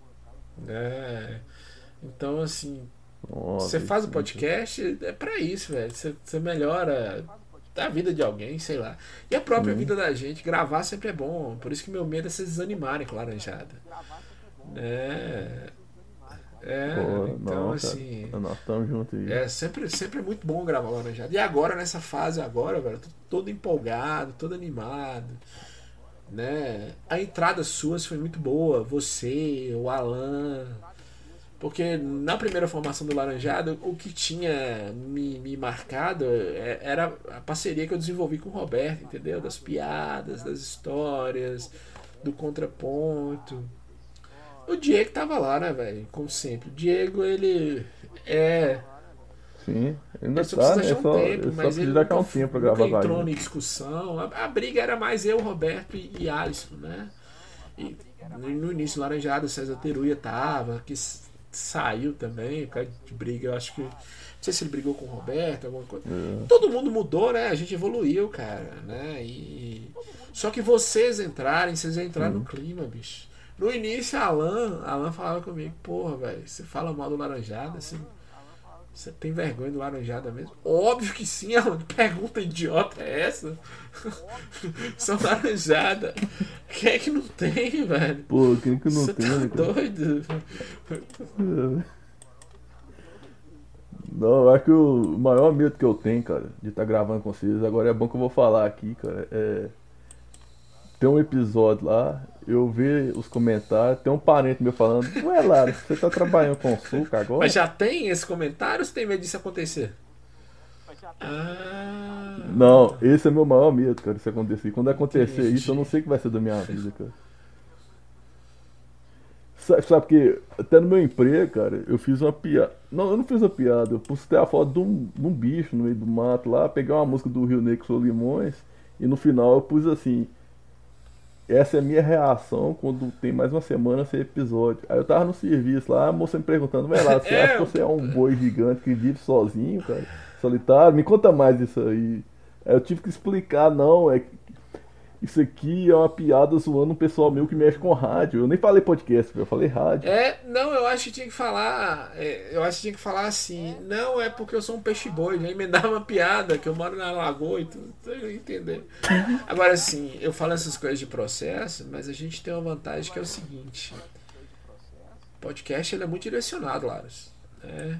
B: Né? Então, assim,
A: Nossa,
B: você faz o
A: isso-
B: podcast, é pra isso, velho. Você, você melhora a vida de alguém, sei lá. E a própria
A: Sim.
B: vida da gente. Gravar sempre é bom. Por isso que meu medo é vocês desanimarem com Laranjada. Né? É,
A: Pô,
B: então,
A: não,
B: assim.
A: cara, nós estamos juntos aí.
B: É sempre, sempre é muito bom gravar Laranjada. E agora, nessa fase agora, velho, eu tô todo empolgado, todo animado. Né? A entrada suas foi muito boa. Você, o Alan. Porque na primeira formação do Laranjada, o que tinha me, me marcado é- era a parceria que eu desenvolvi com o Roberto, entendeu? Das piadas, das histórias, do contraponto. O Diego tava lá, né, velho? Como sempre. O Diego, ele é.
A: Sim, Ainda
B: Ele só
A: tá,
B: precisa
A: né?
B: achar um
A: Só,
B: tempo,
A: só
B: mas
A: precisa
B: ele
A: dar
B: nunca,
A: um tempo pra
B: nunca
A: gravar com a
B: entrou
A: gente.
B: em discussão. A, a briga era mais eu, Roberto e, e Alisson, né? E no, no início, Laranjada, César Teruia tava, que s- saiu também, por causa de briga, eu acho que. Não sei se ele brigou com o Roberto, alguma coisa.
A: É.
B: Todo mundo mudou, né? A gente evoluiu, cara, né? E. Só que vocês entrarem, vocês entraram no
A: Sim.
B: clima, bicho. No início, a Alan, a Alan falava comigo, porra, velho, você fala mal do Laranjada, assim. Você tem vergonha do Laranjada mesmo? Óbvio que sim, Alan. Que pergunta idiota é essa? São Laranjada. Quem é que não tem, velho?
A: Pô, quem que não
B: Você
A: tem,
B: tá
A: né, cara?
B: doido?
A: É. Não, eu acho que o maior medo que eu tenho, cara, de estar gravando com vocês, agora é bom que eu vou falar aqui, cara, é. Tem um episódio lá, eu ver os comentários, tem um parente meu falando, ué, Lara, você tá trabalhando com suco
B: Mas
A: agora?
B: já tem esse comentário ou você tem medo disso acontecer? Ah,
A: Não, esse é meu maior medo, cara, isso acontecer. Quando acontecer isso, eu não
B: entendi.
A: sei o que vai ser da minha vida, cara. Sabe, sabe que até no meu emprego, cara, eu fiz uma piada. Não, eu não fiz uma piada, eu postei a foto de um, de um bicho no meio do mato lá, peguei uma música do Rio Negro Solimões e no final eu pus assim. Essa é a minha reação quando tem mais uma semana sem episódio. Aí eu tava no serviço lá, a moça me perguntando, vai lá, você acha
B: É,
A: que você é um boi gigante que vive sozinho, cara? Solitário? Me conta mais isso aí. Aí eu tive que explicar, não, é que isso aqui é uma piada zoando um pessoal meu que mexe com rádio. Eu nem falei podcast, eu falei rádio.
B: é, não, eu acho que tinha que falar. É, eu acho que tinha que falar assim. Não, é porque eu sou um peixe boi, né? Emendar uma piada, que eu moro na lagoa e tudo. Você não entender. Agora, assim, eu falo essas coisas de processo, mas a gente tem uma vantagem que é o seguinte: podcast ele é muito direcionado, Laros. É,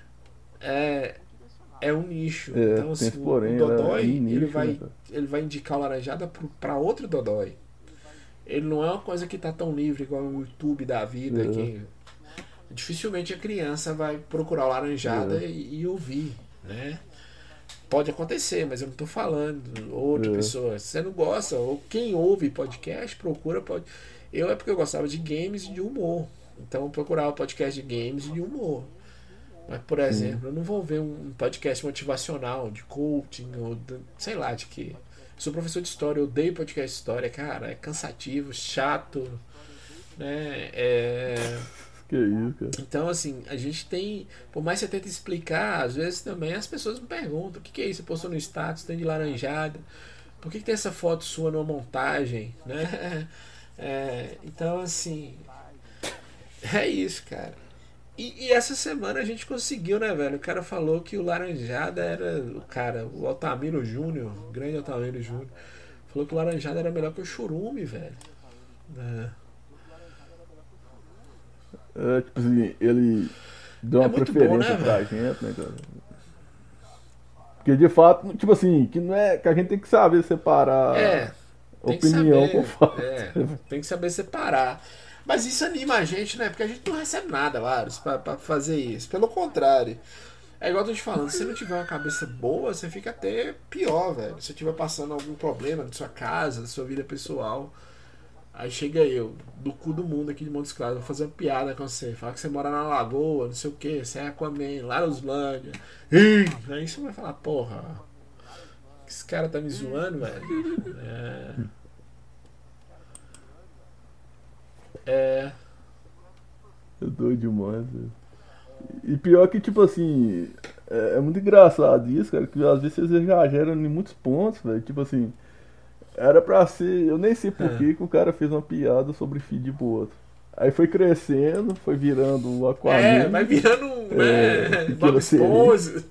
B: é, é um nicho.
A: É,
B: Então,
A: tem
B: assim,
A: esse
B: o, o
A: porém, ela é
B: Dodói, ele
A: nicho, né,
B: vai,
A: cara?
B: ele vai indicar o Laranjada para outro Dodói. Ele não é uma coisa que tá tão livre igual o YouTube da vida,
A: É,
B: que dificilmente a criança vai procurar o Laranjada
A: é,
B: e, e ouvir, né? Pode acontecer, mas eu não tô falando. Outra
A: é.
B: pessoa, se você não gosta, ou quem ouve podcast, procura pode. Eu é porque eu gostava de games e de humor. Então eu procurava podcast de games e de humor. Mas, por
A: Sim.
B: exemplo, eu não vou ver um podcast motivacional, de coaching, ou de, sei lá de quê. Sou professor de história, eu odeio podcast de história, cara. É cansativo, chato, né? É...
A: Que isso, cara.
B: Então, assim, a gente tem. Por mais que você tente explicar, às vezes também as pessoas me perguntam: o que, que é isso? Você postou no status, tem de laranjada. Por que, que tem essa foto sua numa montagem, né? É, então, assim, é isso, cara. E, e essa semana a gente conseguiu, né, velho? O cara falou que o Laranjada era. O cara, o Altamiro Júnior, o grande Altamiro Júnior, falou que o Laranjada era melhor que o Churume, velho. É,
A: É, tipo assim, ele deu
B: é
A: uma
B: muito bom,
A: preferência
B: né,
A: pra
B: velho?
A: gente, né, cara? Porque de fato, tipo assim, que não é que a gente tem que saber separar
B: É, tem que
A: opinião com
B: saber.
A: fato.
B: É, tem que saber separar. Mas isso anima a gente, né? Porque a gente não recebe nada, Laros, pra, pra fazer isso. Pelo contrário. É igual eu tô te falando, se você não tiver uma cabeça boa, você fica até pior, velho. Se você estiver passando algum problema na sua casa, na sua vida pessoal. Aí chega eu, do cu do mundo aqui de Montes Claros, vou fazer uma piada com você. Falar que você mora na Lagoa, não sei o que, você é Aquaman, Laroslândia. Ih, aí você vai falar, porra, esse cara tá me zoando, velho. É. É.
A: É doido demais, velho. E pior que, tipo assim, é, é muito engraçado isso, cara, que às vezes vocês exageram em muitos pontos, velho. Tipo assim, era pra ser. Eu nem sei por que que o cara fez uma piada sobre filho de boto. Aí foi crescendo, foi virando o
B: É, vai
A: Aquaman,
B: virando um,
A: é,
B: né? Bob
A: aquela sereia.
B: Esponja.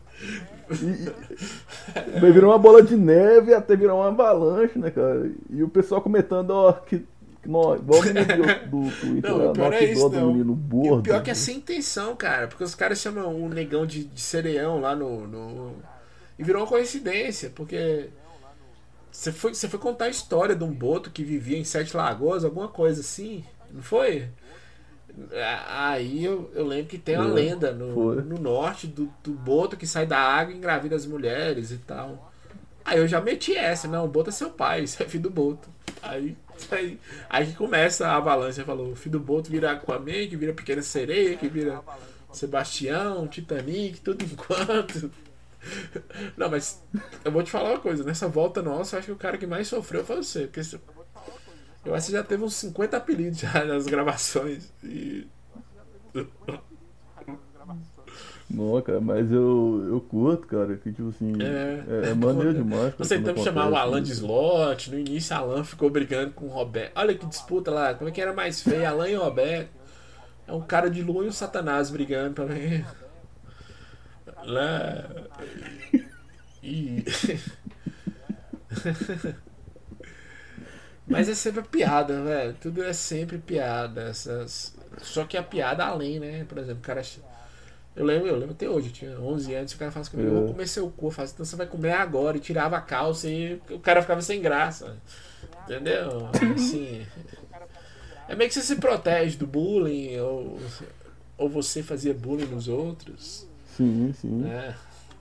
A: E vai virar uma bola de neve até virar uma avalanche, né, cara? E o pessoal comentando, ó, que. que nó- igual o menino do, do Twitter
B: Não,
A: lá,
B: o pior
A: nó,
B: é
A: que
B: isso,
A: dó do
B: não.
A: menino
B: E o pior é
A: gordo.
B: que é sem intenção, cara. Porque os caras chamam um negão de, de sereião lá no, no. E virou uma coincidência, porque. Você foi, você foi contar a história de um boto que vivia em Sete Lagoas, alguma coisa assim, não foi? Aí eu, eu lembro que tem uma
A: É,
B: lenda no,
A: foi.
B: no norte do, do boto que sai da água e engravida as mulheres e tal. Aí eu já meti essa, não, o boto é seu pai, isso é filho do boto. Aí, aí, aí que começa a avalanche, falou, o filho do boto vira Aquaman, que vira Pequena Sereia, que vira Sebastião, Titanic, tudo enquanto. Não, mas eu vou te falar uma coisa. Nessa volta nossa, eu acho que o cara que mais sofreu foi você. Porque eu acho que já teve uns cinquenta apelidos já nas gravações. E...
A: Não, cara, mas eu, eu curto, cara, que tipo assim,
B: É,
A: é, é maneiro demais.
B: nós tentamos chamar o Alan de slot. No início, Alan ficou brigando com o Roberto. Olha que disputa lá, como é que era mais feio, Alan e o Roberto. É um cara de lua e um satanás brigando pra ver. Lá. E. Mas é sempre piada, velho. Tudo é sempre piada. Essas... Só que a piada além, né? Por exemplo, o cara. Eu lembro, eu lembro até hoje, eu tinha onze anos, o cara fala assim comigo, eu vou comer seu cu, eu falo assim, então você vai comer agora, e tirava a calça e o cara ficava sem graça. Entendeu? Assim. É meio que você se protege do bullying, ou, ou você fazia bullying nos outros.
A: Sim, sim.
B: Né?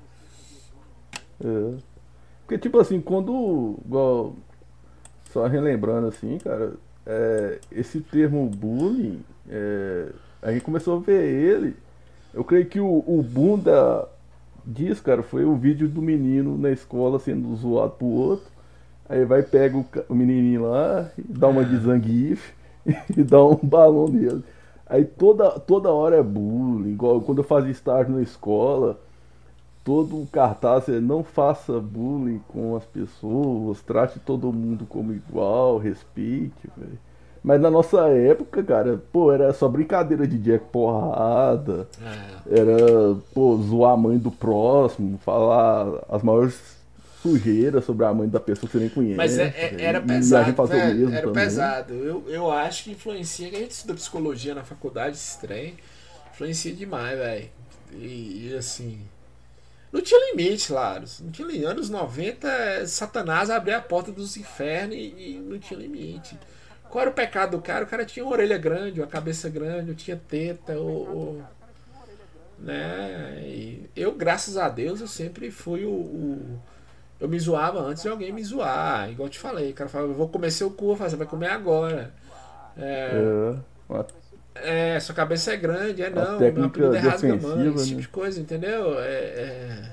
A: É. Porque tipo assim, quando. Igual, só relembrando assim, cara, é, esse termo bullying, é, a gente começou a ver ele. Eu creio que o, o boom da, disso, cara, foi o vídeo do menino na escola sendo zoado pro outro. Aí vai, pega o, ca- o menininho lá, e dá uma de Zangief e dá um balão nele. Aí toda, toda hora é bullying. Igual quando eu fazia estágio na escola, todo o cartaz é não faça bullying com as pessoas, trate todo mundo como igual, respeite, velho. Mas na nossa época, cara, pô, era só brincadeira de Jack porrada,
B: É.
A: era, pô, zoar a mãe do próximo, falar as maiores sujeiras sobre a mãe da pessoa que você nem conhece.
B: Mas é, é,
A: velho.
B: era
A: E a gente
B: pesado,
A: fazia o
B: velho,
A: mesmo
B: era
A: também.
B: pesado. Eu, eu acho que influencia, que a gente estuda psicologia na faculdade, esse trem, influencia demais, velho. E, e assim. Não tinha limite, Laros. Não tinha limite. Anos noventa, Satanás abria a porta dos infernos e, e não tinha limite. Qual era o pecado do cara? O cara tinha uma orelha grande, uma cabeça grande, ou tinha teta, ou. ou né? E eu, graças a Deus, eu sempre fui o. o eu me zoava antes de alguém me zoar. Igual eu te falei. O cara falava, eu vou comer seu cu, eu falava, você vai comer agora. É,
A: É, uma,
B: é, sua cabeça é grande, é
A: uma
B: não, meu apelido
A: técnica
B: é rasga-mãe,
A: defensiva,
B: esse tipo
A: né?
B: de coisa, entendeu? É, é...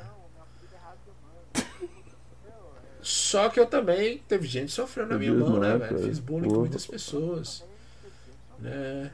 B: Só que eu também, teve gente sofrendo na
A: Meu
B: minha
A: Deus,
B: mão,
A: não
B: né,
A: é,
B: velho?
A: cara.
B: Fiz bullying com
A: Porra.
B: muitas pessoas. Né?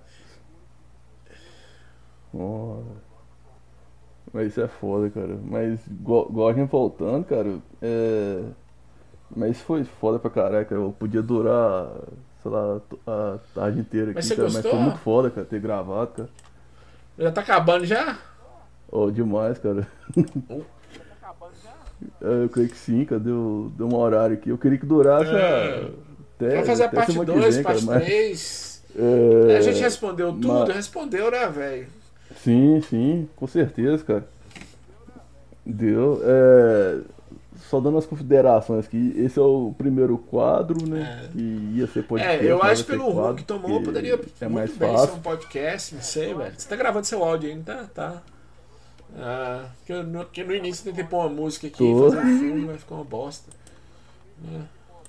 A: Ó, mas isso é foda, cara. Mas, igual igual a gente voltando, cara, é. Mas foi foda pra caraca. Eu podia durar, sei lá, a tarde inteira
B: Mas
A: aqui,
B: você
A: cara. Mas
B: gostou?
A: foi muito foda, cara, ter gravado, cara.
B: Já tá acabando já?
A: Oh, demais, cara.
B: Uh,
A: É, eu creio que sim, cara. Deu, deu um horário aqui. Eu queria que durasse
B: É.
A: a-
B: Vamos
A: até,
B: fazer a
A: até
B: parte
A: semana que
B: dois,
A: vem, cara.
B: parte
A: Mas.
B: três. A gente
A: É,
B: respondeu tudo?
A: mas
B: Respondeu, né, velho?
A: sim, sim, com certeza, cara. Deu. É, só dando as considerações aqui, esse é o primeiro quadro, né?
B: É.
A: Que ia ser podcast,
B: É, eu
A: mas
B: acho que
A: vai ser
B: pelo rumo
A: quadro,
B: que tomou,
A: porque
B: poderia
A: é
B: muito
A: mais
B: bem ser
A: fácil.
B: um podcast, não sei, velho. Você tá gravando seu áudio ainda, tá? Tá. Ah, que, eu, no, que no início eu tentei pôr uma música aqui,
A: Tô.
B: fazer um filme, vai ficar uma bosta. É.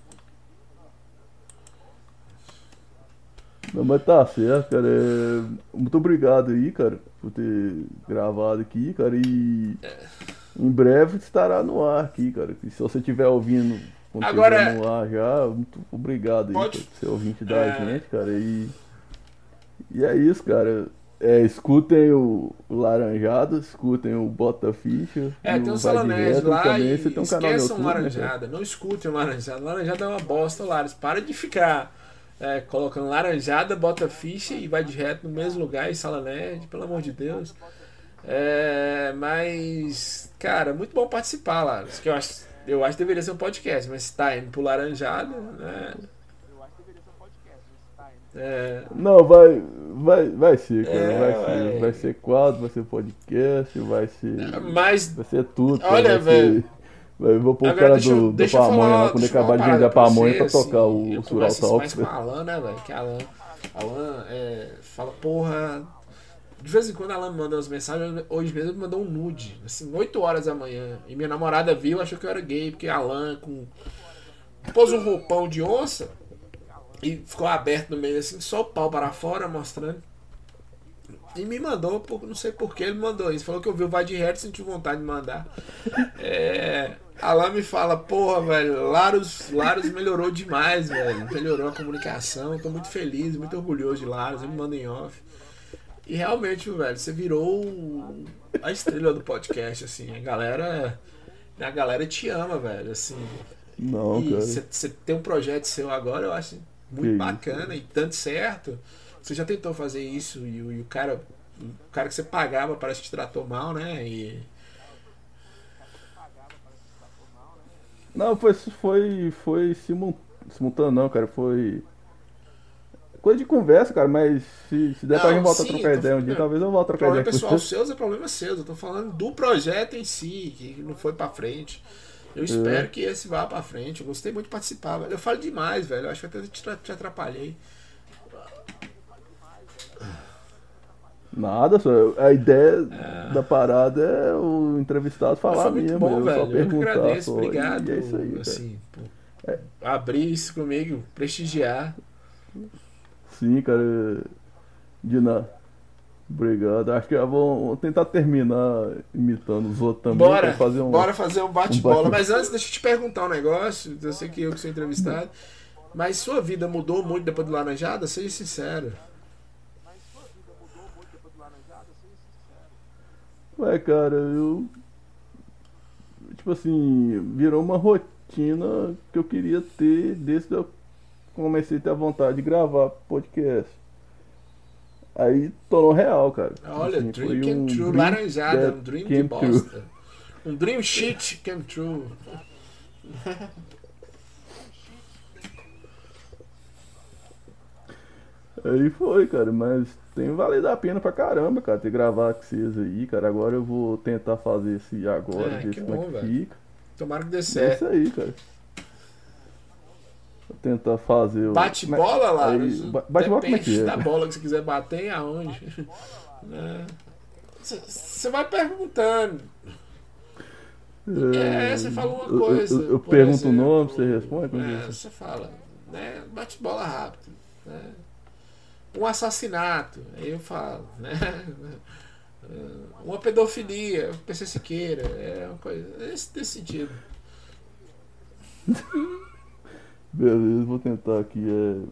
A: Não, mas tá certo, cara. É, muito obrigado aí, cara, por ter gravado aqui, cara. E em breve estará no ar aqui, cara. E se você estiver ouvindo quando estiver
B: Agora,
A: no ar já, muito obrigado aí, cara,
B: pode.
A: por ser ouvinte da
B: É,
A: gente, cara. E, e é isso, cara. É, escutem o, o Laranjada, escutem o Bota Ficha e
B: é, tem
A: o
B: um
A: Vai de
B: Salanese
A: Retro. E
B: lá
A: também você
B: e
A: tem um canal no
B: esqueçam
A: YouTube, né, cara?
B: Laranjada. Não escutem Laranjada. Laranjada é uma bosta, Lares. Para de ficar é, colocando Laranjada, bota ficha e vai direto no mesmo lugar e sala nerd, pelo amor de Deus. É, mas, cara, muito bom participar, Lares. Que eu acho, eu acho que deveria ser um podcast, mas se tá indo pro Laranjada, né? É,
A: Não, vai, vai, vai ser, cara. Vai
B: é,
A: ser, vai
B: ué.
A: ser quadro, vai ser podcast, vai ser,
B: Mas,
A: vai ser tudo, cara.
B: olha,
A: Vai
B: velho.
A: ser, vai, vou pôr o
B: Agora
A: cara
B: deixa eu,
A: do, do
B: deixa eu
A: pamonha lá
B: falar,
A: quando
B: deixa eu falar
A: acabar
B: uma
A: de
B: parada
A: vender a
B: pra
A: pamonha
B: você,
A: pra tocar
B: assim,
A: o,
B: eu
A: o Sural
B: converso isso mais
A: Talks,
B: com o
A: velho.
B: Alan, né, velho, que Alan, Alan é, fala, porra, de vez em quando Alan me manda umas mensagens, hoje mesmo ele me mandou um nude, assim, oito horas da manhã, e minha namorada viu, achou que eu era gay, porque Alan com, pôs um roupão de onça, e ficou aberto no meio, assim, só o pau para fora, mostrando, E me mandou, por, não sei por que ele me mandou isso. Falou que ouviu o Vai de Reto e sentiu vontade de mandar. É, Alan me fala, porra, velho, Larus, Larus melhorou demais, velho. Melhorou a comunicação. Tô muito feliz, muito orgulhoso de Larus. Ele me manda em off. E realmente, velho, você virou a estrela do podcast, assim. A galera, a galera te ama, velho, assim.
A: Não,
B: e
A: cara.
B: Você tem um projeto seu agora, eu acho muito
A: Que
B: bacana
A: isso,
B: e tanto certo. Você já tentou fazer isso e, e o cara, o cara que você pagava parece que te tratou mal, né? E
A: Não, foi, foi, foi simu- simultâneo, não, cara. Foi coisa de conversa, cara. Mas se, se der pra gente
B: não,
A: voltar a
B: sim,
A: trocar
B: tô,
A: ideia um dia,
B: não,
A: talvez eu volte a trocar
B: problema
A: ideia com
B: pessoal
A: você.
B: seu é problema seu. Eu tô falando do projeto em si, que não foi pra frente. Eu
A: É.
B: espero que esse vá pra frente. Eu gostei muito de participar, velho. Eu falo demais, velho. Eu acho que até te, te atrapalhei.
A: Nada, só. A ideia da parada é o entrevistado
B: Mas
A: falar
B: foi muito
A: mesmo.
B: bom,
A: Eu só
B: velho. Eu que
A: perguntar
B: agradeço.
A: só.
B: Obrigado,
A: E é isso aí, cara.
B: assim, por abrir isso comigo, prestigiar.
A: Sim, cara. Dina, obrigado. Acho que eu vou, vou tentar terminar imitando os outros também.
B: Bora,
A: Pra fazer um,
B: bora fazer um
A: um
B: bate-bola.
A: bate.
B: Mas antes, deixa eu te perguntar um negócio. Eu sei que eu que sou entrevistado. Mas sua vida mudou muito depois do Laranjada? Seja sincero.
A: Ué, cara, eu. Tipo assim, virou uma rotina que eu queria ter desde que eu comecei a ter a vontade de gravar podcast. Aí tornou real, cara.
B: Olha,
A: Assim,
B: dream
A: foi
B: came
A: um
B: true.
A: dream
B: Laranjada,
A: that
B: um dream de
A: came true.
B: bosta. Um dream shit came true.
A: Aí foi, cara, mas tem valido a pena pra caramba, cara, ter gravado com vocês aí, cara. Agora eu vou tentar fazer esse agora,
B: É,
A: ver
B: que
A: como é
B: bom,
A: que
B: velho.
A: fica.
B: Tomara que dê
A: É isso
B: certo.
A: aí, cara. Vou tentar fazer o.
B: Bate
A: como é-
B: bola,
A: aí,
B: Laros?
A: ba- Bate bola como é
B: Depende
A: que é?
B: da bola que você quiser bater, aonde. Você vai perguntando. É, você fala uma
A: eu- eu-
B: coisa.
A: Eu, eu
B: por
A: pergunto o
B: exemplo,
A: nome, você responde? Como que é
B: É,
A: isso?
B: você fala, né? Bate bola rápido. Né? Um assassinato, aí eu falo, né? Uma pedofilia, P C Siqueira, é uma coisa desse, desse sentido.
A: Beleza, vou tentar aqui.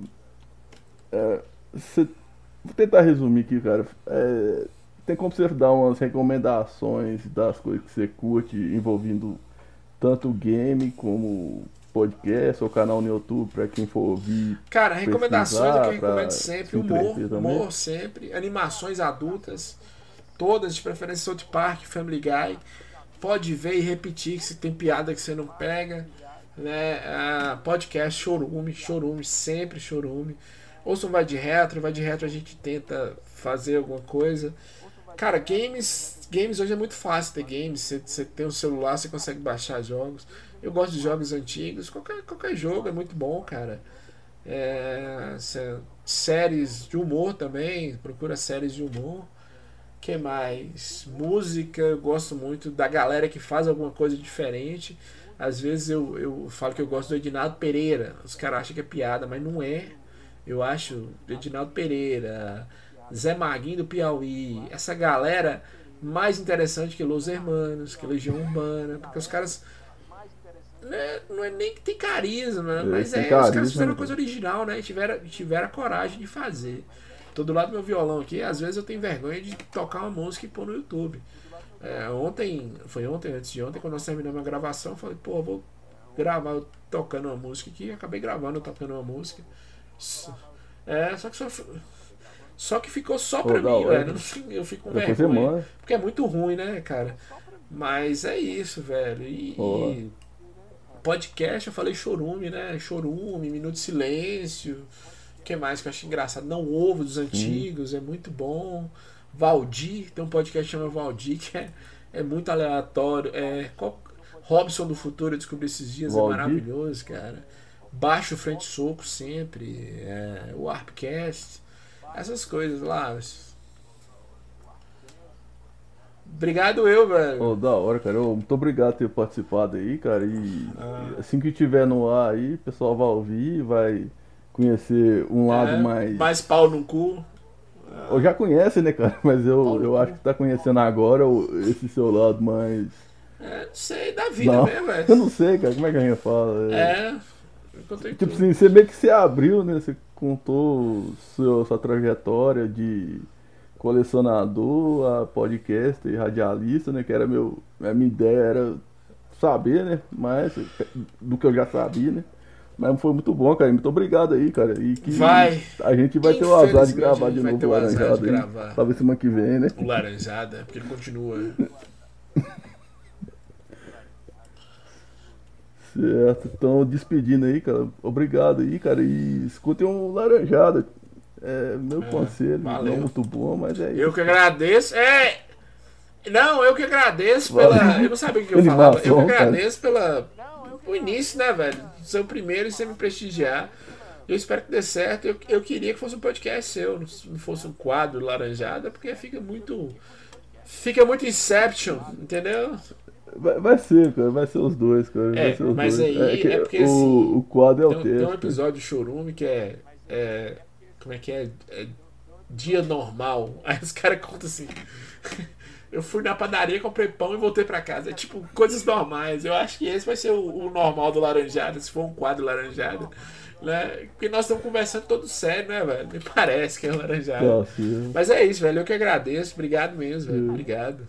A: É, é, cê- vou tentar resumir aqui, cara. É, tem como você dar umas recomendações das coisas que você curte envolvendo tanto game como podcast ou canal no YouTube pra quem for ouvir.
B: Cara, recomendações é que eu
A: pesquisar, pra
B: recomendo sempre,
A: se
B: humor,
A: entreter também.
B: humor sempre, animações adultas, todas, de preferência South Park, Family Guy. Pode ver e repetir que se tem piada que você não pega, né? Ah, podcast, chorume, chorume, sempre chorume. Ouçam Vai de Retro, Vai de Retro a gente tenta fazer alguma coisa. Cara, games, games hoje é muito fácil ter games. Você, você tem um celular, você consegue baixar jogos. Eu gosto de jogos antigos. Qualquer, qualquer jogo é muito bom, cara. É, sé- séries de humor também. Procura séries de humor. Que mais? Música, eu gosto muito da galera que faz alguma coisa diferente. Às vezes eu, eu falo que eu gosto do Edinaldo Pereira. Os caras acham que é piada, mas não é. Eu acho Edinaldo Pereira, Zé Maguinho do Piauí, essa galera mais interessante que Los Hermanos, que Legião Urbana, porque os caras né, não é nem que tem carisma, mas
A: tem
B: é, os
A: carisma,
B: caras fizeram
A: né,
B: uma coisa original, né? E tiveram, tiveram a coragem de fazer. Tô do lado do meu violão aqui, às vezes eu tenho vergonha de tocar uma música e pôr no YouTube. É, ontem, foi ontem, antes de ontem, quando nós terminamos a gravação, eu falei, pô, eu vou gravar eu tocando uma música aqui, acabei gravando eu tocando uma música. É, só que só, só que ficou só
A: Pô,
B: pra
A: da
B: mim,
A: hora.
B: velho. Eu fico com
A: Depois você
B: vergonha.
A: manda.
B: Porque é muito ruim, né, cara? Mas é isso, velho. E,
A: Ó.
B: e podcast, eu falei chorume, né? Chorume, Minuto de Silêncio. O que mais que eu acho engraçado? Não Ovo dos Antigos, é muito bom. Valdir, tem um podcast que chama Valdir, que é, é muito aleatório. É, qual- Robson do Futuro, eu descobri esses dias,
A: Valdir?
B: é maravilhoso, cara. Baixo Frente Soco sempre. É, o Arpcast. Essas coisas lá. Obrigado eu, velho.
A: Ô, da hora, cara. Ô, muito obrigado por ter participado aí, cara. E
B: Ah.
A: assim que tiver no ar aí, o pessoal vai ouvir, vai conhecer um lado
B: É,
A: mais.
B: mais pau no cu.
A: Eu já conhece, né, cara? Mas eu, eu acho que tá conhecendo agora o- esse seu lado mais.
B: É, não sei, da vida
A: Não,
B: mesmo, velho.
A: eu não sei, cara. Como é que a gente fala? É,
B: É, eu contei
A: tipo
B: tudo.
A: assim, você meio que se abriu, né? Você contou sua, sua trajetória de colecionador a podcast e radialista, né? Que era meu. A minha ideia era saber, né? Mas do que eu já sabia, né? Mas foi muito bom, cara. Muito obrigado aí, cara. E que
B: Vai.
A: a gente vai ter o azar de
B: Infelizmente a
A: gravar
B: gente
A: de
B: vai ter
A: novo o
B: o azar de
A: Laranjado aí.
B: gravar
A: Talvez semana que vem, né?
B: o Laranjada, porque ele continua.
A: Certo. Então, despedindo aí, cara. Obrigado aí, cara. E escutem um Laranjada. É meu conselho. Não
B: Valeu.
A: muito bom, mas é
B: Eu
A: isso.
B: que agradeço. É. Não, eu que agradeço pela.
A: Valeu.
B: Eu não sabia o que eu
A: Animação,
B: falava. Eu que
A: cara.
B: agradeço pela. O início, né, velho? Ser o primeiro e você me prestigiar. Eu espero que dê certo. Eu, eu queria que fosse um podcast seu, não fosse um quadro laranjada, porque fica muito. Fica muito Inception, entendeu?
A: Vai, vai ser, cara. Vai ser os dois, cara. Vai
B: É,
A: ser os
B: mas
A: dois.
B: aí
A: que
B: é porque
A: o,
B: assim.
A: o quadro é o
B: Tem, um- tem um
A: texto.
B: episódio do Chorume que é, é. Como é que é? É dia normal. Aí os caras contam assim. Eu fui na padaria, comprei pão e voltei pra casa. É tipo coisas normais. Eu acho que esse vai ser o, o normal do Laranjada, se for um quadro Laranjada. Né? Porque nós estamos conversando todo sério, né, velho? Me parece que é Laranjada.
A: Tá, sim.
B: Mas é isso, velho. Eu que agradeço. Obrigado mesmo, velho. Obrigado.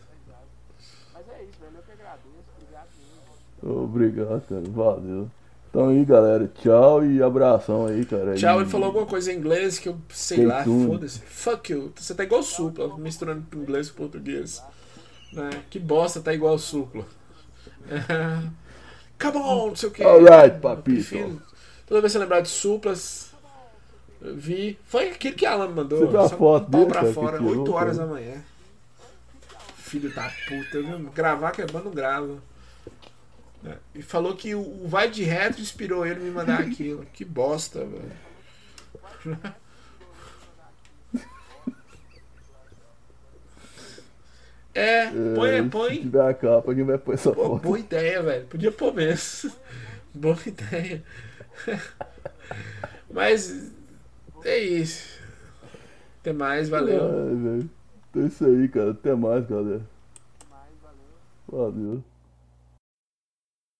A: Obrigado, cara. Valeu. Então aí, galera. Tchau e abração aí, cara.
B: Tchau,
A: E
B: ele falou alguma coisa em inglês que eu sei
A: stay
B: lá,
A: tuned.
B: foda-se. Fuck you. Você tá igual Supla, misturando inglês com português. Né? Que bosta, tá igual Supla. É. Come on, não sei o que.
A: Alright, papito.
B: Toda vez que você lembrar de Suplas, eu vi. Foi aquele que a Alan mandou.
A: Você viu a
B: só
A: foto
B: um pau
A: dele,
B: pra
A: cara, que
B: fora,
A: tirou,
B: oito horas
A: cara?
B: da manhã. Filho da puta, viu? Gravar quebrando não grava. É. E falou que o, o Vai de Retro inspirou ele a me mandar aquilo. Que bosta, velho. É, põe,
A: É, se
B: põe.
A: tiver a capa, ninguém vai pôr essa
B: Pô,
A: foto.
B: boa ideia, velho. Podia pôr mesmo. Boa ideia. Mas é isso. Até mais, valeu.
A: Ai, velho. Então é isso aí, cara. Até mais, galera. Valeu.